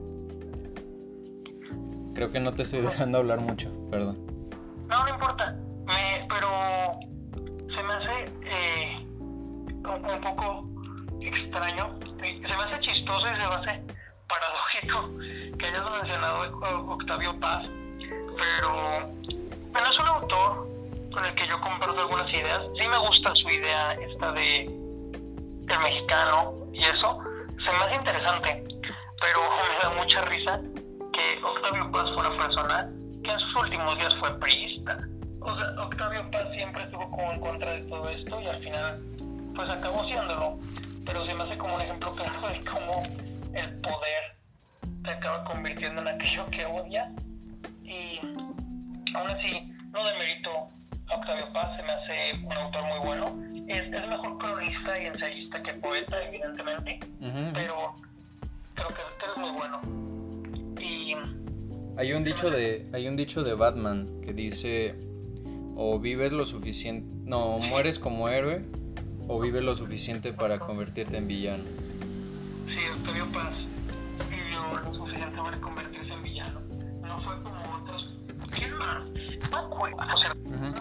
Creo que no te estoy dejando hablar mucho, perdón. No, no importa, me, pero se me hace eh, un, un poco extraño, se me hace chistoso y se me hace paradójico que hayas mencionado Octavio Paz, pero bueno, es un autor con el que yo comparto algunas ideas. Sí me gusta su idea esta de el mexicano y eso, se me hace interesante, pero me da mucha risa que Octavio Paz fue una persona que en sus últimos días fue priista. O sea, Octavio Paz siempre estuvo como en contra de todo esto y al final pues acabó siéndolo, pero se me hace como un ejemplo claro de cómo el poder se acaba convirtiendo en aquello que odia. Y aún así no demerito a Octavio Paz, se me hace un autor muy bueno. Es, es mejor cronista y ensayista que poeta, evidentemente, uh-huh. pero creo que, que es muy bueno. Y hay un dicho de hay un dicho de Batman que dice: o vives lo suficiente, no, mueres como héroe, o vives lo suficiente para convertirte en villano. Sí, Octavio Paz vivió lo suficiente para convertirse en villano. No fue como otros. ¿Quién más? O sea, uh-huh.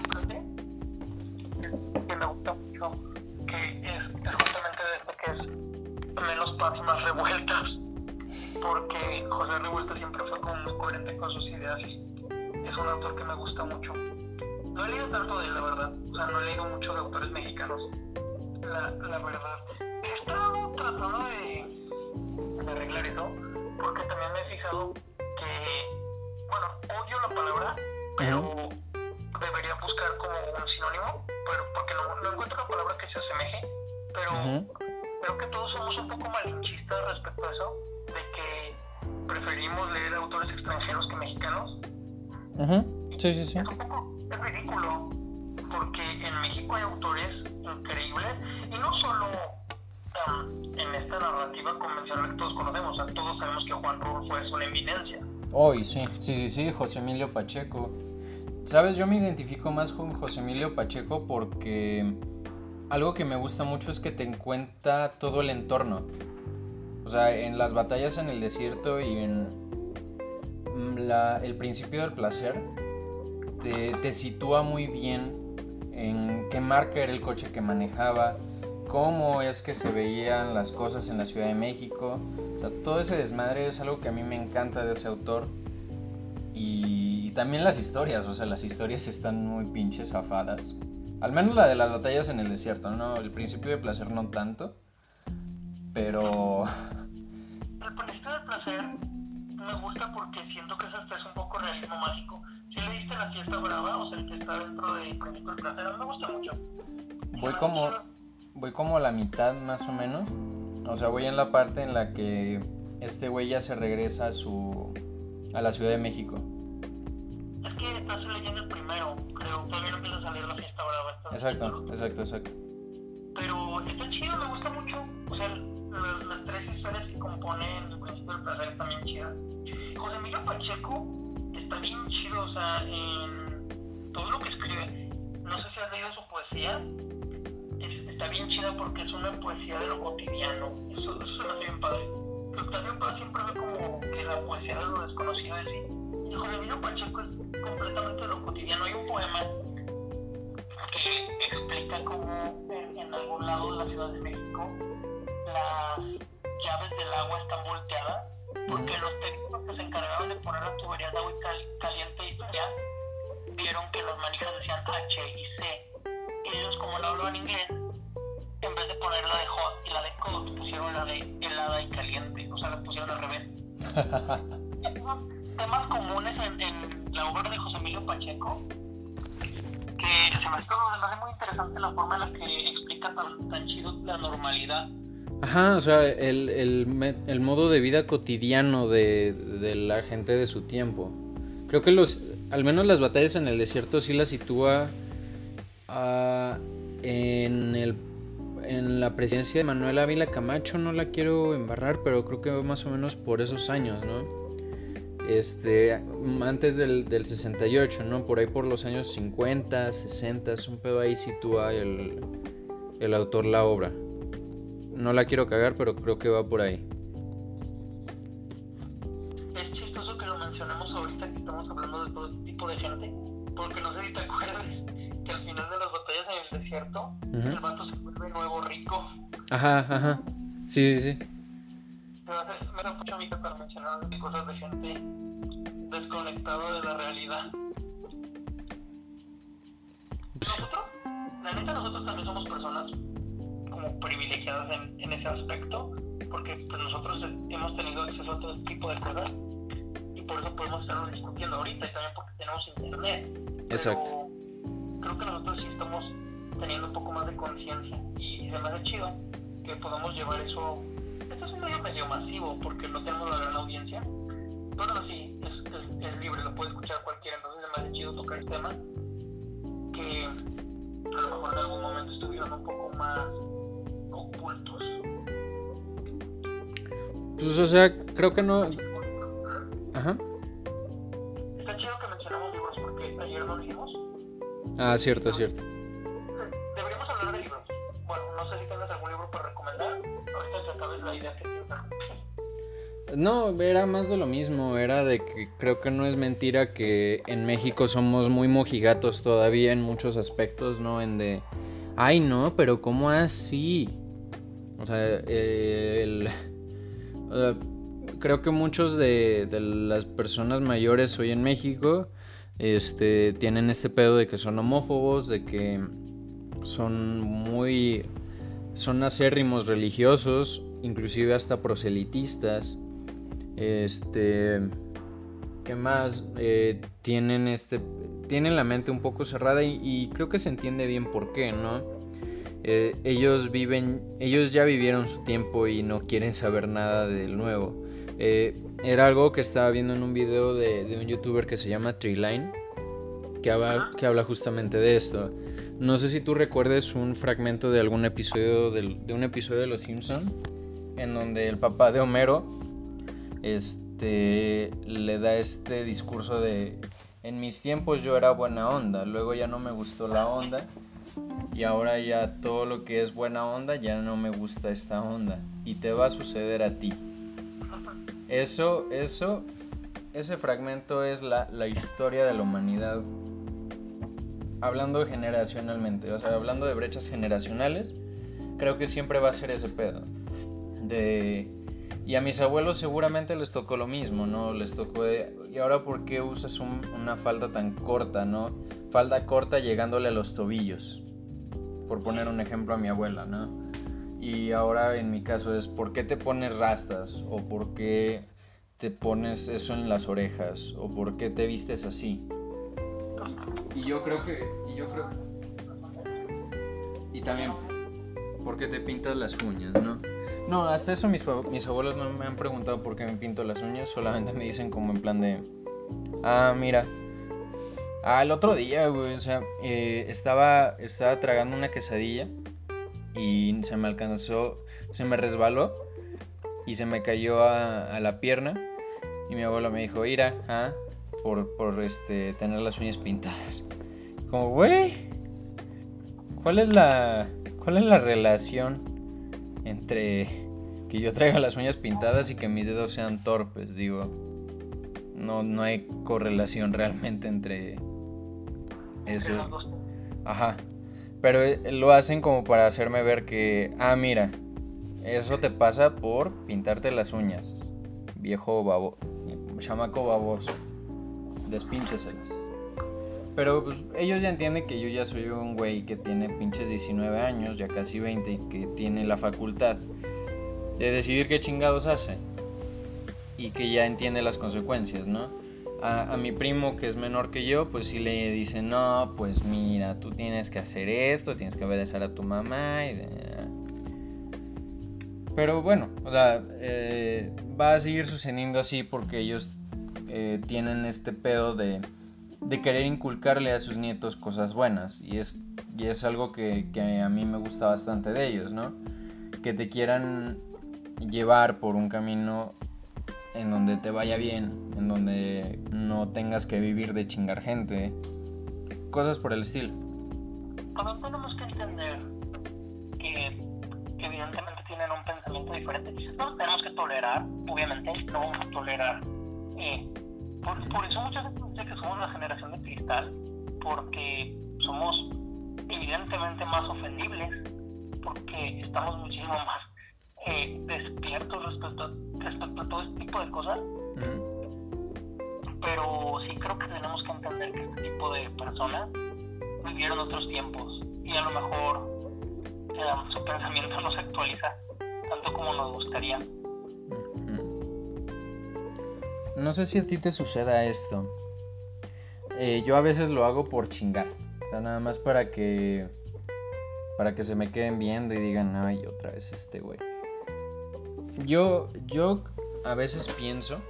que me gusta mucho, que es, es justamente de esto que es menos paz y más revueltas, porque José Revuelta siempre fue como muy coherente con sus ideas y es un autor que me gusta mucho. No he leído tanto de él, la verdad, o sea, no he leído mucho de autores mexicanos, la, la verdad. He estado tratando de, de arreglar eso, porque también me he fijado que, bueno, odio la palabra, pero uh-huh. debería buscar como un sinónimo, pero porque no, no encuentro una palabra que se asemeje, pero uh-huh. creo que todos somos un poco malinchistas respecto a eso, de que preferimos leer autores extranjeros que mexicanos. Uh-huh. Sí, sí, sí. Es un poco, es ridículo, porque en México hay autores increíbles, y no solo um, en esta narrativa convencional que todos conocemos, o sea, todos sabemos que Juan Rulfo es una eminencia. Oh, y sí, sí, sí, sí, José Emilio Pacheco. Sabes, yo me identifico más con José Emilio Pacheco porque algo que me gusta mucho es que te cuenta todo el entorno. O sea, en las batallas en el desierto y en la, el principio del placer te, te sitúa muy bien en qué marca era el coche que manejaba, cómo es que se veían las cosas en la Ciudad de México. O sea, todo ese desmadre es algo que a mí me encanta de ese autor. Y, y también las historias, o sea, las historias están muy pinches zafadas. Al menos la de las batallas en el desierto, ¿no? El principio de placer no tanto, pero... El principio de placer me gusta porque siento que eso es un poco realismo mágico. Si leíste La Fiesta Brava, o sea, el que está dentro del principio de placer, a mí me gusta mucho. Voy como, voy como a la mitad más o menos. O sea, voy en la parte en la que este güey ya se regresa a su... a la Ciudad de México. Es que estás leyendo el primero, creo, todavía no empieza a salir La Fiesta Brava. Exacto, exacto, exacto. Pero está chido, me gusta mucho. O sea, las, las tres historias que componen El Principio del Placer están bien chidas. José Emilio Pacheco está bien chido, o sea, en todo lo que escribe. No sé si has leído su poesía. Es, está bien chida porque es una poesía de lo cotidiano. Eso, eso se me hace bien padre. Que Octavio Paz siempre ve como que la poesía de lo desconocido de sí. Y José Emilio Pacheco es completamente de lo cotidiano. Hay un poema que explica cómo en, en algún lado de la Ciudad de México las llaves del agua están volteadas porque los técnicos que se encargaban de poner las tuberías de agua cal, caliente y fría vieron que las manijas decían H y C y ellos, como no hablaban inglés, en vez de poner la de hot y la de cold, pusieron la de helada y caliente, o sea, las pusieron al revés. Temas comunes en, en la obra de José Emilio Pacheco, que se me hace, me hace muy interesante la forma en la que explica tan, tan chido la normalidad. Ajá, o sea, el, el, el modo de vida cotidiano de, de la gente de su tiempo. Creo que los, al menos las batallas en el desierto sí las sitúa uh, en el en la presidencia de Manuel Ávila Camacho, no la quiero embarrar, pero creo que más o menos por esos años, ¿no? Este, antes del, del sesenta y ocho, ¿no? Por ahí por los años cincuenta, sesenta, un pedo ahí sitúa el, el autor la obra. No la quiero cagar, pero creo que va por ahí. Es chistoso que lo mencionemos ahorita que estamos hablando de todo este tipo de gente, porque no sé si te acuerdas que al final de las batallas en el desierto, uh-huh. el vato se vuelve nuevo rico. Ajá, ajá. Sí, sí, sí. Me da mucho a mí que estar mencionando cosas de gente desconectada de la realidad. Nosotros, la neta, nosotros también somos personas como privilegiadas en, en ese aspecto, porque pues, nosotros hemos tenido acceso a todo este tipo de cosas y por eso podemos estarlo discutiendo ahorita y también porque tenemos internet. Exacto. Pero creo que nosotros sí estamos teniendo un poco más de conciencia y se me hace chido que podamos llevar eso. Esto es un medio medio masivo porque no tenemos la gran audiencia, pero sí, es, es, es libre, lo puede escuchar cualquiera, entonces es más chido tocar el tema que a lo mejor en algún momento estuvieron un poco más ocultos. Pues o sea, creo que no... Ajá. Está chido que mencionamos libros porque ayer no lo hicimos. Ah, cierto, cierto. Deberíamos hablar de libros. Bueno, no sé si tengas algún libro para recomendar. Ahorita se acaba la idea que te No, era más de lo mismo, era de que creo que no es mentira que en México somos muy mojigatos todavía en muchos aspectos, ¿no? En de, ay no, pero ¿cómo así? O sea, eh, el, uh, creo que muchos de, de las personas mayores hoy en México este, tienen este pedo de que son homófobos, de que son muy, son acérrimos religiosos, inclusive hasta proselitistas. Este, ¿qué más? Eh, tienen este, tienen la mente un poco cerrada y, y creo que se entiende bien por qué, ¿no? Eh, ellos viven, ellos ya vivieron su tiempo y no quieren saber nada del nuevo. Eh, era algo que estaba viendo en un video de, de un youtuber que se llama Treeline, que habla, que habla justamente de esto. No sé si tú recuerdes un fragmento de algún episodio de, de un episodio de Los Simpson, en donde el papá de Homero este le da este discurso de en mis tiempos yo era buena onda, luego ya no me gustó la onda y ahora ya todo lo que es buena onda ya no me gusta esta onda y te va a suceder a ti. Eso, eso, ese fragmento es la, la historia de la humanidad, hablando generacionalmente, o sea, hablando de brechas generacionales, creo que siempre va a ser ese pedo de... Y a mis abuelos seguramente les tocó lo mismo, ¿no? Les tocó de, ¿y ahora por qué usas un, una falda tan corta, ¿no? Falda corta llegándole a los tobillos, por poner un ejemplo a mi abuela, ¿no? Y ahora en mi caso es, ¿por qué te pones rastas? ¿O por qué te pones eso en las orejas? ¿O por qué te vistes así? Y yo creo que... Y yo creo... Y también, ¿por qué te pintas las uñas, no? No, hasta eso mis, mis abuelos no me han preguntado por qué me pinto las uñas, solamente me dicen como en plan de... Ah, mira. Ah, el otro día, güey, o sea, eh, estaba, estaba tragando una quesadilla y se me alcanzó, se me resbaló y se me cayó a, a la pierna y mi abuelo me dijo, ira, ah, por, por este, tener las uñas pintadas. Como, güey, ¿cuál es la, cuál es la relación entre que yo traiga las uñas pintadas y que mis dedos sean torpes? Digo, no, no hay correlación realmente entre eso. Ajá. Pero lo hacen como para hacerme ver que, ah, mira, eso te pasa por pintarte las uñas, viejo babo, chamaco baboso, despínteselas. Pero pues ellos ya entienden que yo ya soy un güey que tiene pinches diecinueve años, ya casi veinte, y que tiene la facultad de decidir qué chingados hace y que ya entiende las consecuencias, ¿no? A, a mi primo que es menor que yo, pues sí le dicen, no, pues mira, tú tienes que hacer esto, tienes que obedecer a tu mamá y... Pero bueno, o sea, eh, va a seguir sucediendo así porque ellos eh, tienen este pedo de... de querer inculcarle a sus nietos cosas buenas. Y es, y es algo que, que a mí me gusta bastante de ellos, ¿no? Que te quieran llevar por un camino en donde te vaya bien, en donde no tengas que vivir de chingar gente, cosas por el estilo. También tenemos que entender que, que evidentemente tienen un pensamiento diferente. No los tenemos que tolerar, obviamente, no vamos a tolerar. Eh, por, por eso muchas veces dice que somos la generación de cristal, porque somos evidentemente más ofendibles, porque estamos muchísimo más eh, despiertos respecto, respecto a todo este tipo de cosas. Mm. Pero sí creo que tenemos que entender que este tipo de personas vivieron otros tiempos y a lo mejor eh, su pensamiento no se actualiza tanto como nos gustaría. No sé si a ti te suceda esto. Eh, yo a veces lo hago por chingar. O sea, nada más para que para que se me queden viendo y digan, ay, otra vez este güey. Yo, yo a veces pienso,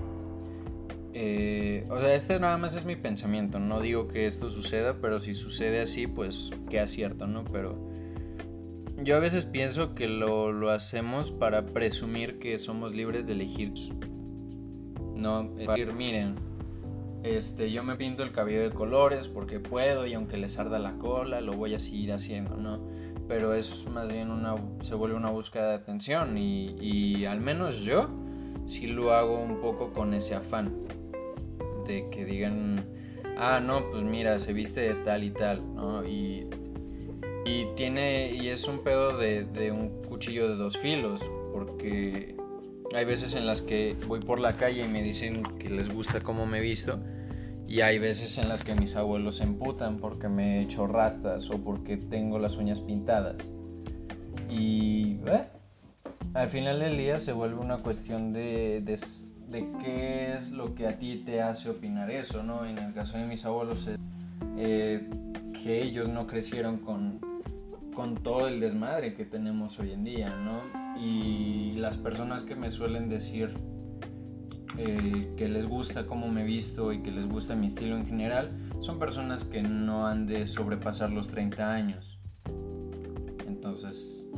eh, o sea, este nada más es mi pensamiento. No digo que esto suceda, pero si sucede así, pues que acierto, ¿no? Pero yo a veces pienso que lo, lo hacemos para presumir que somos libres de elegir. No, decir, miren, este, yo me pinto el cabello de colores porque puedo y aunque les arda la cola, lo voy a seguir haciendo, ¿no? Pero es más bien una, se vuelve una búsqueda de atención y, y al menos yo sí lo hago un poco con ese afán de que digan, ah, no, pues mira, se viste de tal y tal, ¿no? Y, y tiene, y es un pedo de, de un cuchillo de dos filos, porque hay veces en las que voy por la calle y me dicen que les gusta cómo me visto, y hay veces en las que mis abuelos se emputan porque me he hecho rastas o porque tengo las uñas pintadas. Y eh, al final del día se vuelve una cuestión de, de, de qué es lo que a ti te hace opinar eso, ¿no? En el caso de mis abuelos, eh, que ellos no crecieron con, con todo el desmadre que tenemos hoy en día, ¿no? Y las personas que me suelen decir eh, que les gusta cómo me visto y que les gusta mi estilo en general son personas que no han de sobrepasar los treinta años. Entonces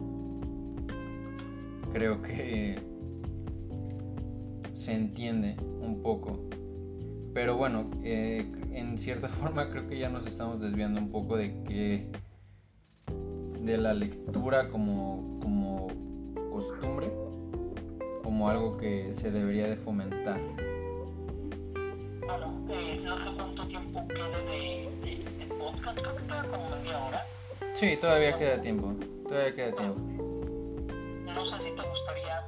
creo que se entiende un poco, pero bueno, eh, en cierta forma creo que ya nos estamos desviando un poco de que de la lectura como, como costumbre, como algo que se debería de fomentar. Bueno, eh, no sé cuánto tiempo quede de, de, de podcast, creo que queda como media hora. Sí, todavía queda tiempo, todavía queda tiempo. No sé si te gustaría,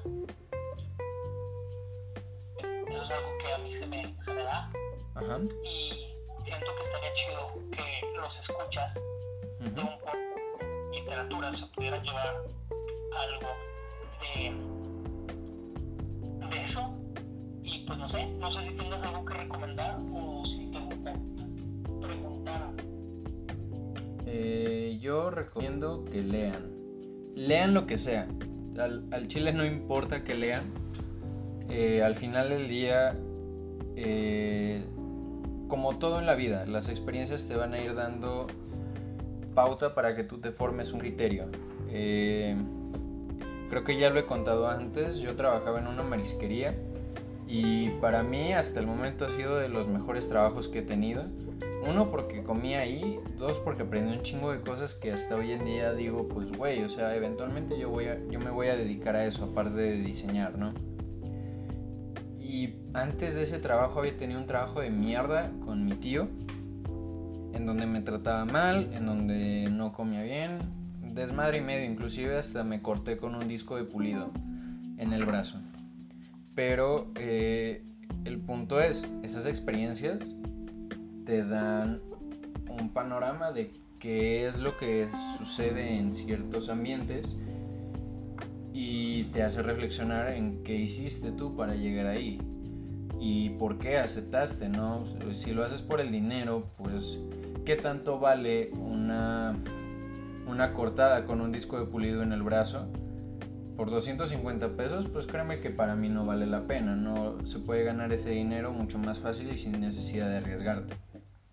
eso es algo que a mí se me, se me da. Ajá. Y siento que estaría chido que los escuchas uh-huh. de un poco de literatura se pudieran llevar algo de de eso, y pues no sé, no sé si tengas algo que recomendar o si te gusta preguntar. Eh, yo recomiendo que lean, lean lo que sea, al, al chile no importa que lean, eh, al final del día, eh, como todo en la vida, las experiencias te van a ir dando pauta para que tú te formes un criterio. Eh, Creo que ya lo he contado antes, yo trabajaba en una marisquería y para mí hasta el momento ha sido de los mejores trabajos que he tenido. Uno, porque comía ahí, dos, porque aprendí un chingo de cosas que hasta hoy en día digo, pues güey, o sea, eventualmente yo, voy a, yo me voy a dedicar a eso, aparte de diseñar, ¿no? Y antes de ese trabajo había tenido un trabajo de mierda con mi tío, en donde me trataba mal, en donde no comía bien, desmadre y medio, inclusive hasta me corté con un disco de pulido en el brazo. Pero eh, el punto es, esas experiencias te dan un panorama de qué es lo que sucede en ciertos ambientes y te hace reflexionar en qué hiciste tú para llegar ahí y por qué aceptaste, ¿no? Si lo haces por el dinero, pues ¿qué tanto vale una... una cortada con un disco de pulido en el brazo por doscientos cincuenta pesos? Pues créeme que para mí no vale la pena, no se puede ganar ese dinero mucho más fácil y sin necesidad de arriesgarte.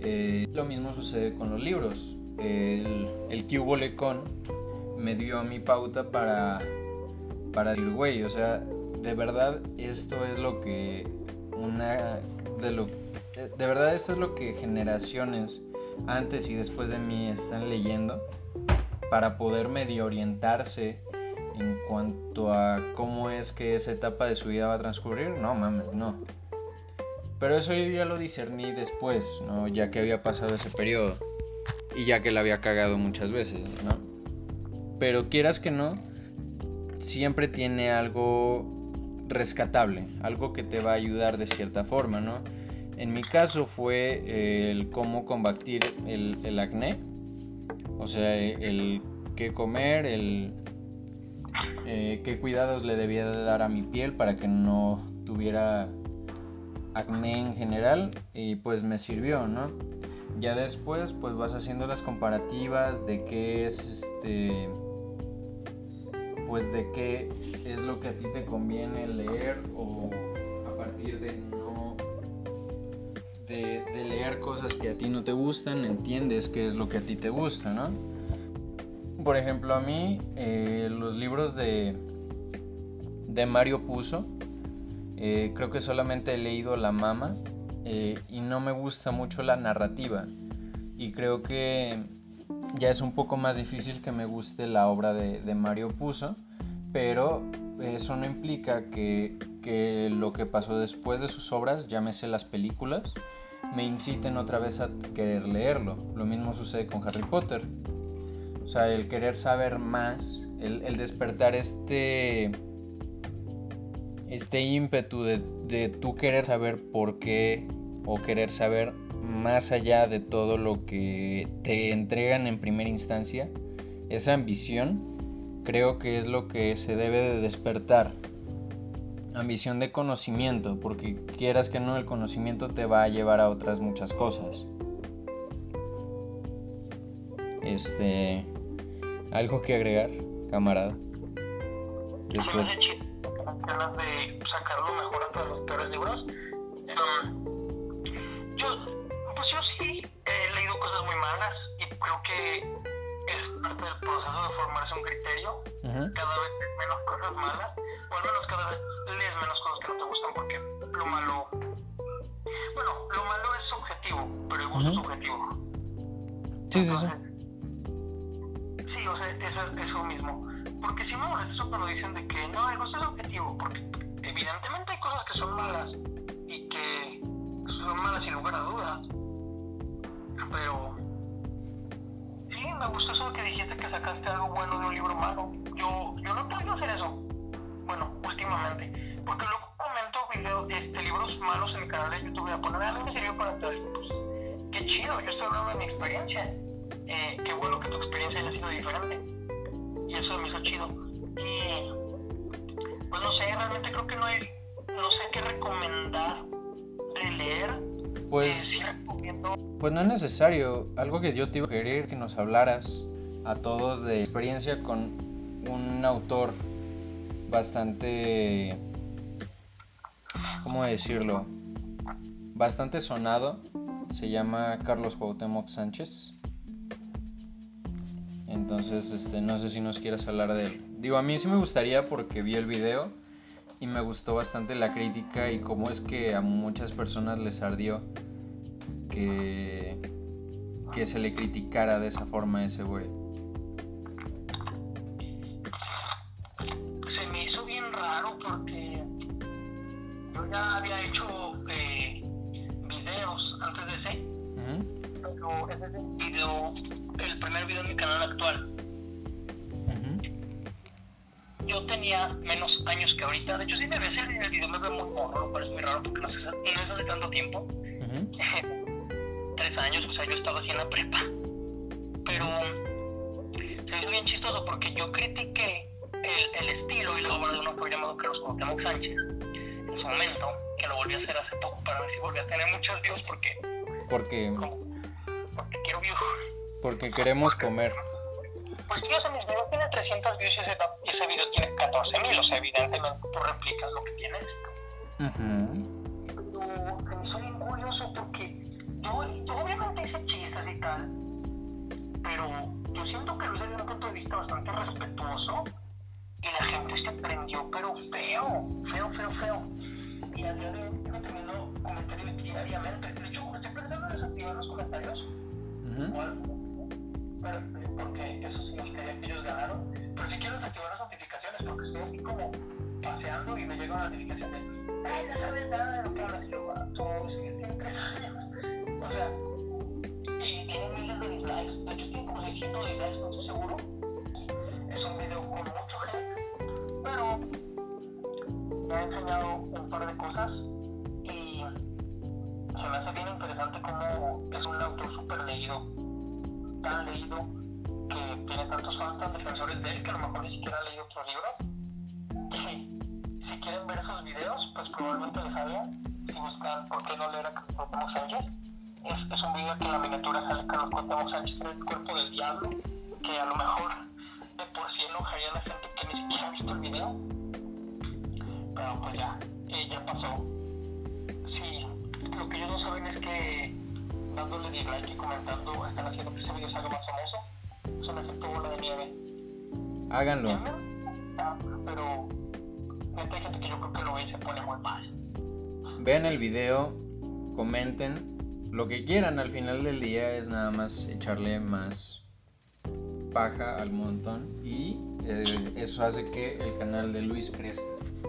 Eh, lo mismo sucede con los libros. El, el que hubo lecón me dio mi pauta para, para decir, güey, o sea, de verdad esto es lo que una de lo de verdad esto es lo que generaciones antes y después de mí están leyendo para poder medio orientarse en cuanto a cómo es que esa etapa de su vida va a transcurrir. No mames, no. Pero eso yo ya lo discerní después, ¿no? Ya que había pasado ese periodo y ya que la había cagado muchas veces, ¿no? Pero quieras que no, siempre tiene algo rescatable, algo que te va a ayudar de cierta forma, ¿no? En mi caso fue el cómo combatir el, el acné, o sea, el qué comer, el eh, qué cuidados le debía de dar a mi piel para que no tuviera acné en general, y pues me sirvió, ¿no? Ya después pues vas haciendo las comparativas de qué es este pues de qué es lo que a ti te conviene leer, o a partir de no de, de leer cosas que a ti no te gustan, entiendes qué es lo que a ti te gusta, ¿no? Por ejemplo, a mí eh, los libros de de Mario Puzo, Eh, creo que solamente he leído La Mama, eh, y no me gusta mucho la narrativa, y creo que ya es un poco más difícil que me guste la obra de, de Mario Puzo, pero eso no implica que, que lo que pasó después de sus obras, llámese las películas, me inciten otra vez a querer leerlo. Lo mismo sucede con Harry Potter, o sea, el querer saber más, el, el despertar este... este ímpetu de, de tú querer saber por qué, o querer saber más allá de todo lo que te entregan en primera instancia, esa ambición creo que es lo que se debe de despertar, ambición de conocimiento, porque quieras que no, el conocimiento te va a llevar a otras muchas cosas. Este, ¿algo que agregar, camarada? Después ganas de sacar lo mejor entre los peores libros. Um, yo, pues yo sí he leído cosas muy malas y creo que es parte del proceso de formarse un criterio. Uh-huh. Cada vez lees menos cosas malas, o al menos cada vez lees menos cosas que no te gustan, porque lo malo, bueno, lo malo es subjetivo, pero el gusto uh-huh. es subjetivo. Sí, sí, sí. Sí, o sea, eso, eso mismo. Porque si me molesta eso cuando dicen de que no, el gusto es objetivo, porque evidentemente hay cosas que son malas y que son malas sin lugar a dudas, pero sí, me gustó eso que dijiste, que sacaste algo bueno de un libro malo. Yo, yo no puedo hacer eso, bueno, últimamente, porque luego comento videos, este, libros malos en mi canal de YouTube, y a poner a mí me sirvió para todo, pues qué chido, yo estoy hablando de mi experiencia, eh, qué bueno que tu experiencia haya sido diferente. Y eso me hizo chido. Y pues no sé, realmente creo que no hay, no sé qué recomendar de leer. Pues, eh, sí recomiendo... pues no es necesario. Algo que yo te iba a querer que nos hablaras a todos de experiencia con un autor bastante, ¿cómo decirlo? Bastante sonado. Se llama Carlos Cuauhtémoc Sánchez. Entonces, este, no sé si nos quieras hablar de él. Digo, a mí sí me gustaría porque vi el video y me gustó bastante la crítica y cómo es que a muchas personas les ardió que, que se le criticara de esa forma a ese güey. Se me hizo bien raro porque yo ya había hecho eh, videos antes de ese, uh-huh. pero ese es el video... el primer video en mi canal actual. Uh-huh. Yo tenía menos años que ahorita. De hecho, si me ves en el video me veo muy morro, lo cual es muy raro porque no es, no es hace tanto tiempo. Uh-huh. Tres años, o sea, yo estaba así en la prepa. Pero se me hizo bien chistoso porque yo critiqué el, el estilo y la obra de un autor llamado Carlos Cuauhtémoc Sánchez en su momento, que lo volví a hacer hace poco para ver si volví a tener muchos views porque... Porque... Como, porque quiero views. Porque queremos comer. Pues sí, o sea, mis videos tienen trescientos views y ese, ese video tiene catorce mil, o sea, evidentemente tú replicas lo que tienes. Uh-huh. Pero se me hizo bien curioso porque yo, yo obviamente de vista bastante respetuoso y la gente se prendió, pero feo, feo, feo, feo. Y a día de hoy estoy teniendo comentarios diariamente. De hecho, estoy pensando en desactivar los comentarios uh-huh. o algo, pero, porque eso significaría que ellos ganaron. Pero si quiero desactivar las notificaciones porque estoy así como paseando y me llega una notificación de ay, no sabes nada de lo que hablas. Y yo, tú sigues en tres años. O sea, y tiene miles de dislikes. De hecho, tiene como seiscientos dislikes, no estoy seguro. Es un video con mucho hate, pero me ha enseñado un par de cosas y se me hace bien interesante cómo es un autor súper leído, tan leído que tiene tantos fans, tan defensores de él que a lo mejor ni siquiera han leído otros libros. Y si quieren ver esos videos, pues probablemente les hagan, si buscan por qué no leer a Carlos Cuauhtémoc Sánchez. Es, es un video que en la miniatura sale Carlos Cuauhtémoc Sánchez en el cuerpo del diablo, que a lo mejor de por sí enojaría a la gente que ni siquiera ha visto el video. Pero pues ya, eh, ya pasó. Sí, lo que ellos no saben es que dándole dislike y comentando están haciendo que ese video se haga más famoso. Es un efecto bola de nieve. Háganlo. Ah, pero neta hay gente que yo creo que lo ve y se pone muy mal. Vean el video, comenten lo que quieran. Al final del día es nada más echarle más paja al montón y eh, eso hace que el canal de Luis crezca.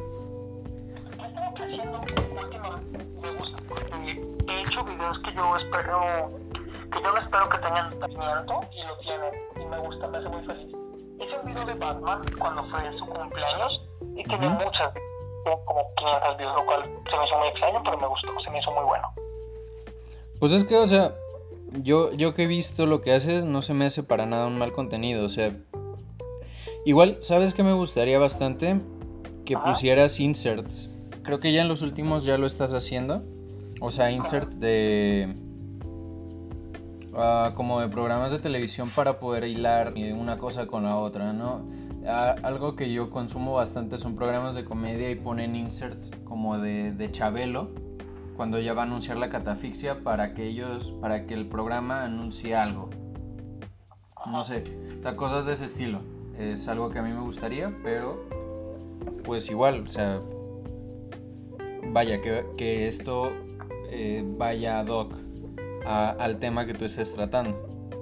Estaba creciendo últimamente, me gusta porque he hecho videos que yo espero, que yo no espero que tengan tratamiento y lo tienen y me gusta, me hace muy feliz. Hice un video de Batman cuando fue su cumpleaños y tiene uh-huh. muchas, como quinientos videos, lo cual se me hizo muy extraño, pero me gustó, se me hizo muy bueno. Pues es que, o sea, yo, yo que he visto lo que haces, no se me hace para nada un mal contenido, o sea, igual, ¿sabes qué me gustaría bastante? Que Ajá. pusieras inserts. Creo que ya en los últimos ya lo estás haciendo, o sea, inserts de uh, como de programas de televisión para poder hilar una cosa con la otra, ¿no? Uh, algo que yo consumo bastante son programas de comedia y ponen inserts como de, de Chabelo cuando ya va a anunciar la catafixia para que ellos, para que el programa anuncie algo. No sé, o sea, cosas de ese estilo. Es algo que a mí me gustaría, pero pues igual, o sea, vaya, que, que esto eh, vaya ad hoc a, al tema que tú estés tratando.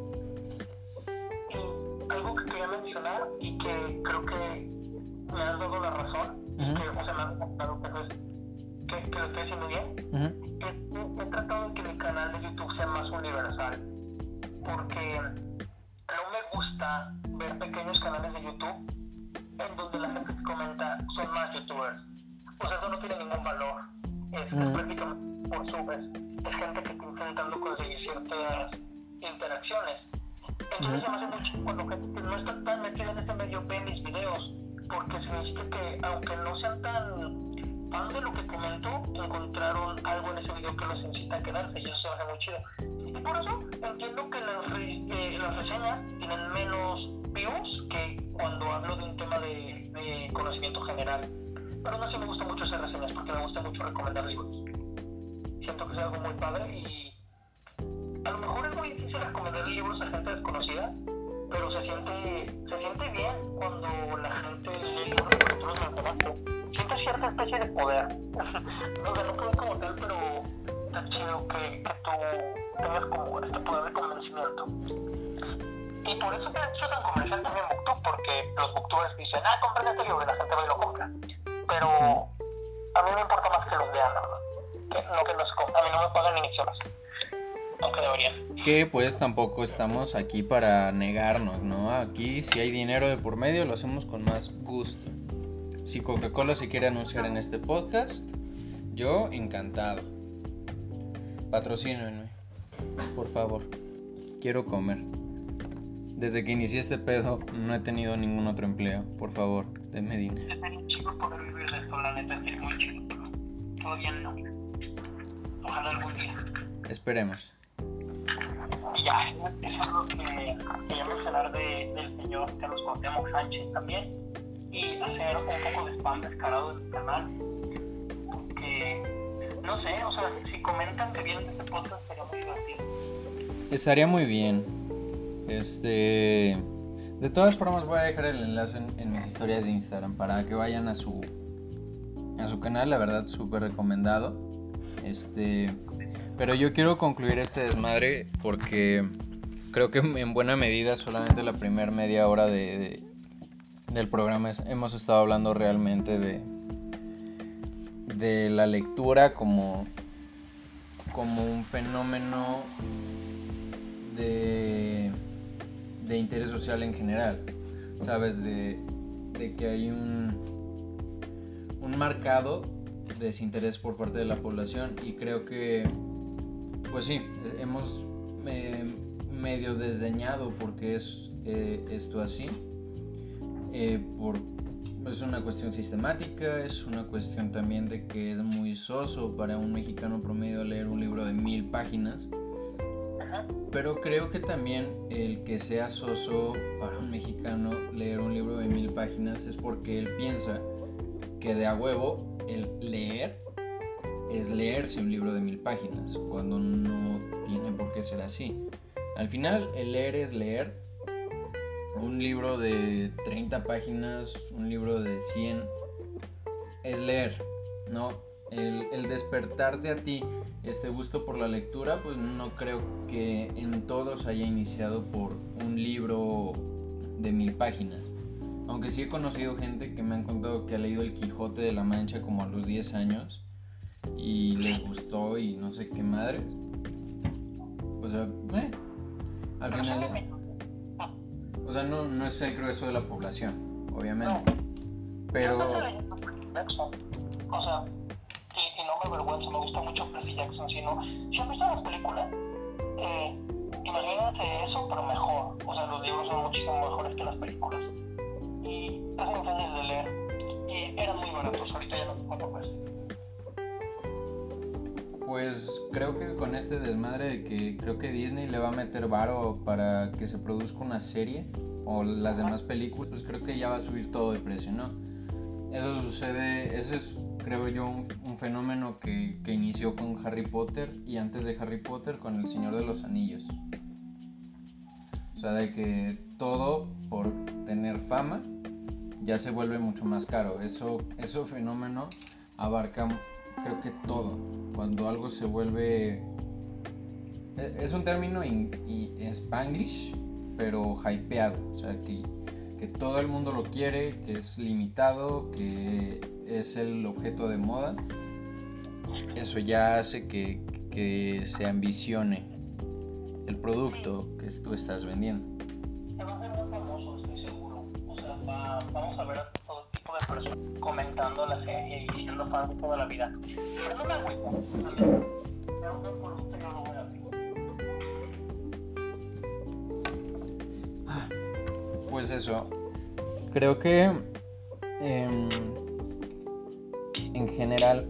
Y algo que quería mencionar y que creo que me has dado la razón, uh-huh. que, o sea, me has contado que, que, que lo estoy haciendo bien, uh-huh. he, he tratado de que mi canal de YouTube sea más universal, porque no me gusta ver pequeños canales de YouTube en donde la gente que comenta son más youtubers. O sea, eso no tiene ningún valor. Es, mm. es prácticamente por subes. Es gente que está intentando conseguir ciertas interacciones. Entonces mm. se me hace mucho cuando gente no está tan metida en este medio ve mis videos, porque significa que aunque no sean tan fan de lo que comento, encontraron algo en ese video que los incita a quedarse y eso se me hace muy chido. Y por eso entiendo que las, re, eh, las reseñas tienen menos views que cuando hablo de un tema de, de conocimiento general. Pero no sé, me gusta mucho hacer reseñas porque me gusta mucho recomendar libros. Siento que es algo muy padre y a lo mejor es muy difícil recomendar libros a gente desconocida, pero se siente, se siente bien cuando la gente lee libros que nosotros mencionamos. Siente cierta especie de poder. No sé, no creo como tal, pero está chido que, que tú tengas como este poder de convencimiento. Y por eso te he hecho tan comercial también BookTube, porque los booktubers dicen, ah, compren este libro y la gente va y lo compra. Pero a mí me importa más que los vean, la verdad. Que, no que los compren. A mí no me pagan ni misiones, aunque deberían. Que pues tampoco estamos aquí para negarnos, ¿no? Aquí si hay dinero de por medio lo hacemos con más gusto. Si Coca-Cola se quiere anunciar en este podcast, yo encantado. Patrocínenme, por favor. Quiero comer. Desde que inicié este pedo no he tenido ningún otro empleo. Por favor, denme dinero. Es muy chico poder vivir de esto, la neta, es muy chido, pero todavía no. Ojalá algún día. Esperemos. Y ya, eso es lo que quería mencionar de, del señor Carlos Cuauhtémoc Sánchez también. Y hacer un poco de spam descarado en mi canal. Porque, no sé, o sea, si comentan que vienen de este podcast sería muy divertido. Estaría muy bien. Este, De todas formas voy a dejar el enlace en, en mis historias de Instagram para que vayan a su a su canal, la verdad súper recomendado. Este, pero yo quiero concluir este desmadre porque creo que en buena medida solamente la primera media hora de, de del programa es, hemos estado hablando realmente de de la lectura como como un fenómeno de de interés social en general, sabes, de, de que hay un un marcado desinterés por parte de la población, y creo que pues sí, hemos eh, medio desdeñado porque es eh, esto así, eh, por, es una cuestión sistemática, es una cuestión también de que es muy soso para un mexicano promedio leer un libro de mil páginas. Pero creo que también el que sea soso para un mexicano leer un libro de mil páginas es porque él piensa que de a huevo el leer es leerse un libro de mil páginas, cuando no tiene por qué ser así. Al final, el leer es leer. Un libro de treinta páginas, un libro de cien, es leer, ¿no? El, el despertarte a ti este gusto por la lectura, pues no creo que en todos haya iniciado por un libro de mil páginas. Aunque sí he conocido gente que me han contado que ha leído El Quijote de la Mancha como a los diez años y les gustó y no sé qué madres. O sea, eh, al final, o sea, no, no es el grueso de la población, obviamente, pero... O sea, y, y no me avergüenza, me gusta mucho Percy Jackson, sino, si han visto las películas, eh, imagínate eso, pero mejor. O sea, los libros son muchísimo mejores que las películas. Y es difícil de leer. Y eran muy baratos, ahorita ya no sé cuánto cuesta. Pues creo que con este desmadre de que creo que Disney le va a meter varo para que se produzca una serie o las demás películas, pues creo que ya va a subir todo de precio, ¿no? Eso sucede, ese es, creo yo, un, un fenómeno que, que inició con Harry Potter y antes de Harry Potter con El Señor de los Anillos. O sea, de que todo por tener fama ya se vuelve mucho más caro. Eso, ese fenómeno abarca, creo que todo. Cuando algo se vuelve... Es un término en, en Spanglish, pero hypeado. O sea, que, que todo el mundo lo quiere, que es limitado, que es el objeto de moda. Eso ya hace que, que se ambicione el producto que tú estás vendiendo. Se va a hacer muy famoso, estoy seguro. O sea, va, vamos a ver a todo tipo de personas comentando la serie y siendo fans toda la vida. Pero no me agüito. Pero no por usted no lo voy a hacer. Pues eso. Creo que eh, en general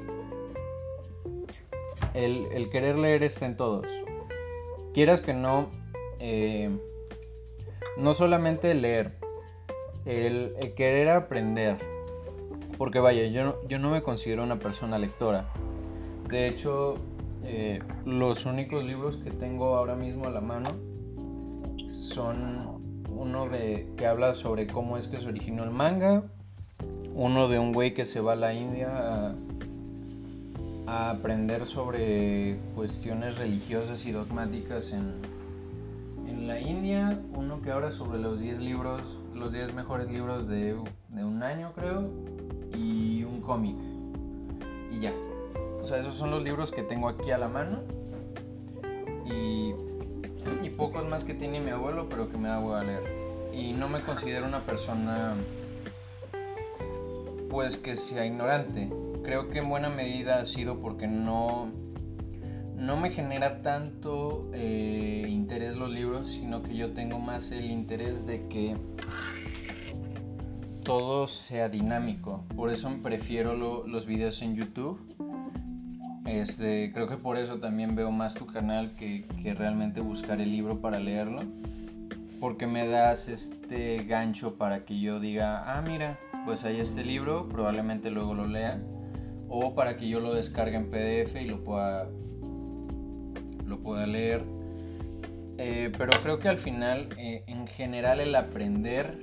el, el querer leer está en todos. Quieras que no, eh, no solamente leer, el, el querer aprender. Porque vaya, yo no, yo no me considero una persona lectora. De hecho, eh, los únicos libros que tengo ahora mismo a la mano son uno de, que habla sobre cómo es que se originó el manga, uno de un güey que se va a la India a, a aprender sobre cuestiones religiosas y dogmáticas en, en la India, uno que habla sobre los diez libros, los diez mejores libros de, de un año, creo, y un cómic, y ya. O sea, esos son los libros que tengo aquí a la mano, y, y pocos más que tiene mi abuelo, pero que me hago a leer. Y no me considero una persona, pues, que sea ignorante. Creo que en buena medida ha sido porque no, no me genera tanto eh, interés los libros, sino que yo tengo más el interés de que todo sea dinámico. Por eso prefiero lo, los videos en YouTube. Este, creo que por eso también veo más tu canal que, que realmente buscar el libro para leerlo. Porque me das este gancho para que yo diga, ah, mira, pues hay este libro, probablemente luego lo lea. O para que yo lo descargue en P D F y lo pueda, lo pueda leer. eh, pero creo que al final, eh, en general, el aprender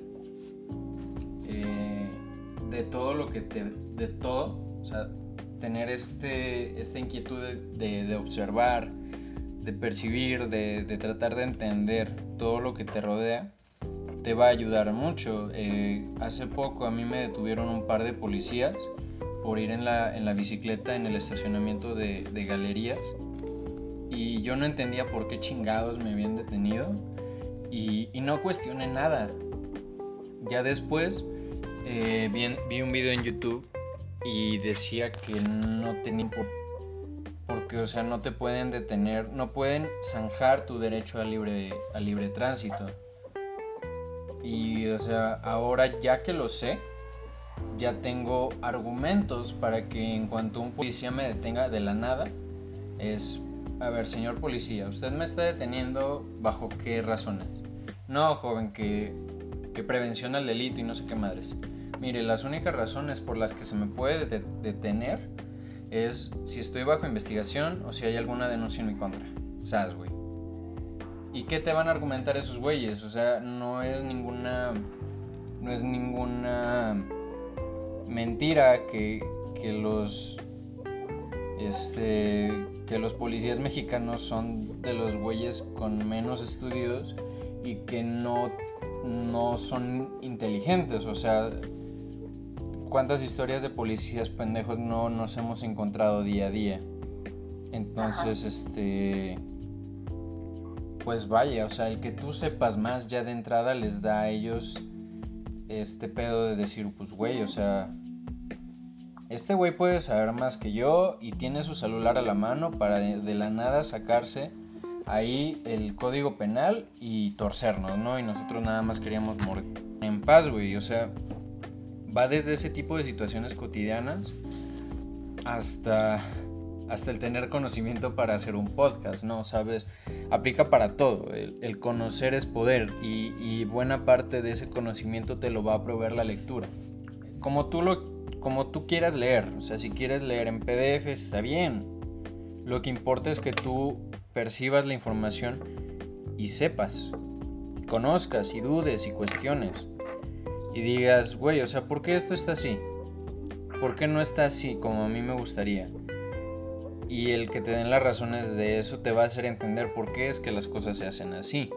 eh, de todo lo que te... de todo, o sea, tener este, esta inquietud de, de, de observar, de percibir, de, de tratar de entender todo lo que te rodea, te va a ayudar mucho. Eh, hace poco a mí me detuvieron un par de policías por ir en la, en la bicicleta en el estacionamiento de, de Galerías, y yo no entendía por qué chingados me habían detenido, y, y no cuestioné nada. Ya después eh, vi, vi un video en YouTube y decía que no tenían por porque, o sea, no te pueden detener, no pueden zanjar tu derecho al libre, al libre tránsito. Y, o sea, ahora ya que lo sé, ya tengo argumentos para que en cuanto un policía me detenga de la nada, es, a ver, señor policía, usted me está deteniendo ¿bajo qué razones? No, joven, que, que prevención al delito y no sé qué madres. Mire, las únicas razones por las que se me puede de- detener es si estoy bajo investigación o si hay alguna denuncia en mi contra. Sas, güey. ¿Y qué te van a argumentar esos güeyes? O sea, no es ninguna... No es ninguna mentira que, que los... Este... Que los policías mexicanos son de los güeyes con menos estudios y que no, no son inteligentes. O sea... ¿Cuántas historias de policías pendejos no nos hemos encontrado día a día? Entonces, Ajá. este... Pues vaya, o sea, el que tú sepas más ya de entrada les da a ellos este pedo de decir, pues güey, o sea... Este güey puede saber más que yo y tiene su celular a la mano para de, de la nada sacarse ahí el código penal y torcernos, ¿no? Y nosotros nada más queríamos morir en paz, güey, o sea... Va desde ese tipo de situaciones cotidianas hasta, hasta el tener conocimiento para hacer un podcast, ¿no? ¿Sabes? Aplica para todo. El, el conocer es poder y, y buena parte de ese conocimiento te lo va a proveer la lectura. Como tú, lo, como tú quieras leer. O sea, si quieres leer en P D F, está bien. Lo que importa es que tú percibas la información y sepas, conozcas y dudes y cuestiones. Y digas, güey, o sea, ¿por qué esto está así? ¿Por qué no está así como a mí me gustaría? Y el que te den las razones de eso te va a hacer entender por qué es que las cosas se hacen así.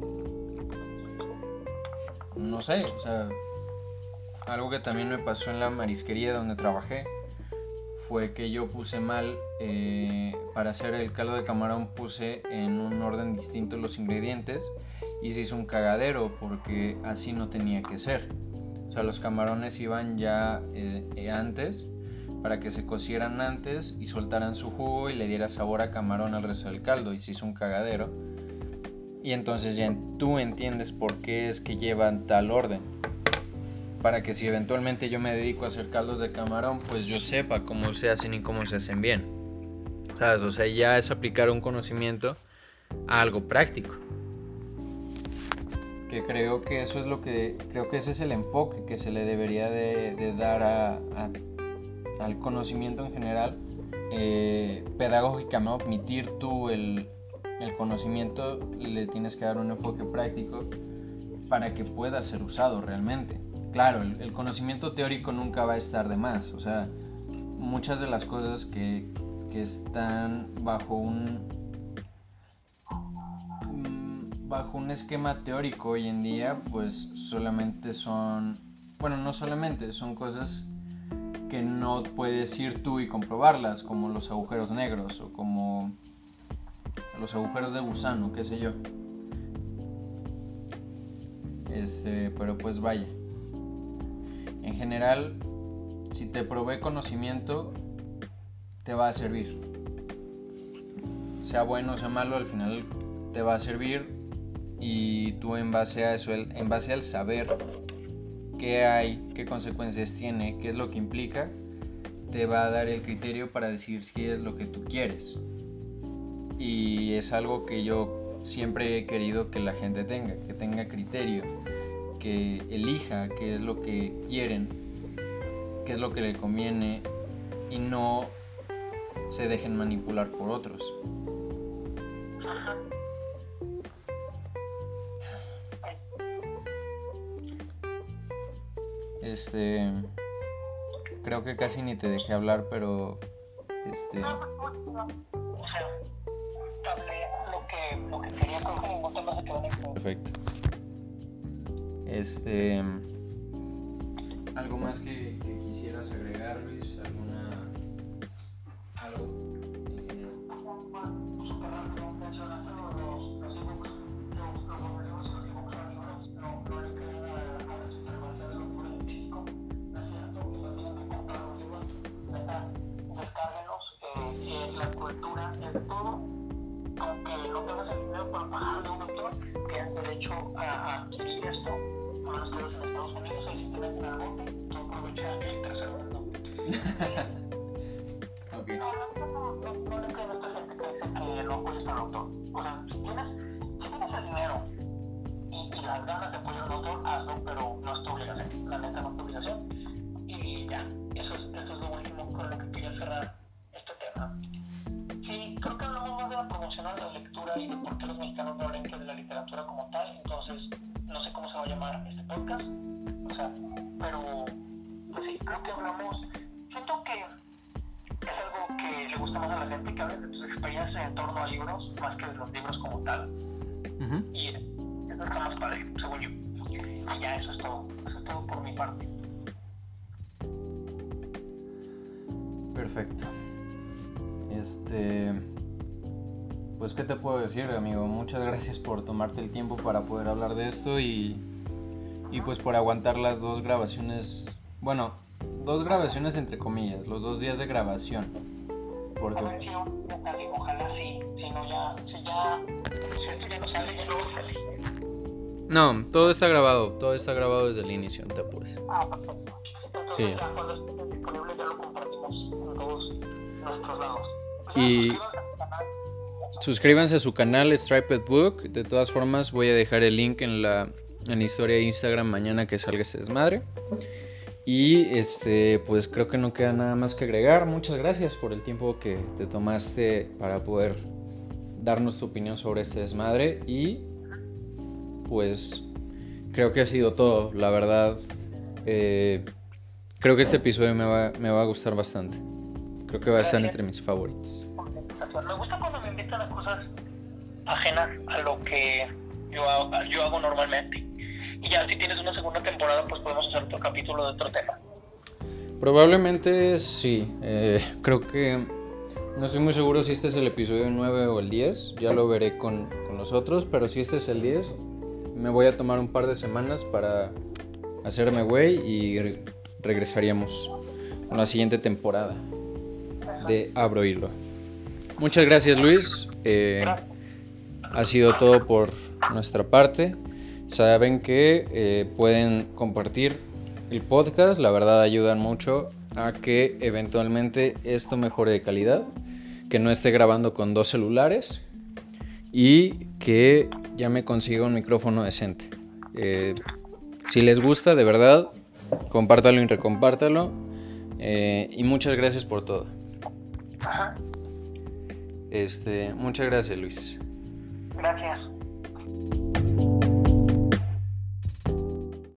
No sé, o sea, algo que también me pasó en la marisquería donde trabajé fue que yo puse mal, eh, para hacer el caldo de camarón puse en un orden distinto los ingredientes y se hizo un cagadero porque así no tenía que ser. O sea, los camarones iban ya eh, antes para que se cocieran antes y soltaran su jugo y le diera sabor a camarón al resto del caldo, y se hizo un cagadero. Y entonces ya tú entiendes por qué es que llevan tal orden, para que si eventualmente yo me dedico a hacer caldos de camarón, pues yo sepa cómo se hacen y cómo se hacen bien, ¿sabes? O sea, ya es aplicar un conocimiento a algo práctico. Que creo que eso es lo que creo que ese es el enfoque que se le debería de, de dar a, a, al conocimiento en general, eh, pedagógicamente. Admitir tú el, el conocimiento, le tienes que dar un enfoque práctico para que pueda ser usado realmente. Claro, el, el conocimiento teórico nunca va a estar de más. O sea, muchas de las cosas que, que están bajo un bajo un esquema teórico hoy en día, pues solamente son, bueno, no solamente, son cosas que no puedes ir tú y comprobarlas, como los agujeros negros o como los agujeros de gusano, qué sé yo. Este, pero pues vaya. En general, si te provee conocimiento, te va a servir. Sea bueno o sea malo, al final te va a servir. Y tú en base a eso, en base al saber qué hay, qué consecuencias tiene, qué es lo que implica, te va a dar el criterio para decir si es lo que tú quieres. Y es algo que yo siempre he querido que la gente tenga, que tenga criterio, que elija qué es lo que quieren, qué es lo que le conviene y no se dejen manipular por otros. este, creo que casi ni te dejé hablar, pero, este... No, no, no, no. O sea, hablé lo que, lo que quería, creo que ningún tema se quedó en el... Perfecto. Este... ¿Algo más que, que quisieras agregar, Luis? ¿Alguna... algo? La cultura es todo, aunque no tengas el dinero para pagar de un doctor, tienes derecho a, a adquirir esto. A los que en Estados Unidos el sistema es grandote, tú aprovechas el tercer mundo. Okay. No, no, no, no, no le creas a esta gente que dice que no puedes ir al doctor. O sea, si tienes, si tienes el dinero y, y las ganas de poder ir al doctor, hazlo, pero no es tu obligación. La neta no es tu obligación. Y ya, eso es, eso es lo último con lo que quería cerrar este tema. Sí, creo que hablamos más de la promoción a la lectura y de por qué los mexicanos no leen que de la literatura como tal, entonces no sé cómo se va a llamar este podcast, o sea, pero pues sí, creo que hablamos, siento que es algo que le gusta más a la gente, que hable de sus experiencias en torno a libros, más que de los libros como tal, uh-huh. Y eso está más padre, según yo, y ya eso es todo, eso es todo por mi parte. Perfecto. Este, pues qué te puedo decir, amigo, muchas gracias por tomarte el tiempo para poder hablar de esto y, y pues por aguantar las dos grabaciones, bueno, dos grabaciones entre comillas, los dos días de grabación, porque pues... Ojalá sí, si no ya, si ya, si esto ya no sale, ya no va a salir. No, todo está grabado, todo está grabado desde el inicio, no te apures. Ah, perfecto. Entonces, sí. Ya cuando esté disponible ya lo compartimos en todos nuestros lados. Y suscríbanse a su canal Striped Book. De todas formas voy a dejar el link en la, en la historia de Instagram mañana que salga este desmadre. Y este pues creo que no queda nada más que agregar. Muchas gracias por el tiempo que te tomaste para poder darnos tu opinión sobre este desmadre. Y pues creo que ha sido todo. La verdad eh, creo que este episodio me va, me va a gustar bastante. Creo que va a estar entre mis favoritos. Me gusta cuando me invitan a cosas ajenas a lo que yo hago, yo hago normalmente. Y ya si tienes una segunda temporada, pues podemos hacer otro capítulo de otro tema. Probablemente sí. Eh, creo que no estoy muy seguro si este es el episodio nueve o el diez. Ya lo veré con, con los otros. Pero si este es el diez, me voy a tomar un par de semanas para hacerme güey y re- regresaríamos con la siguiente temporada de Abro Hilo. Muchas gracias, Luis. Eh, ha sido todo por nuestra parte. Saben que eh, pueden compartir el podcast. La verdad ayudan mucho a que eventualmente esto mejore de calidad, que no esté grabando con dos celulares y que ya me consiga un micrófono decente. Eh, si les gusta, de verdad, compártalo y recompártalo. Eh, y muchas gracias por todo. Este, muchas gracias, Luis. Gracias.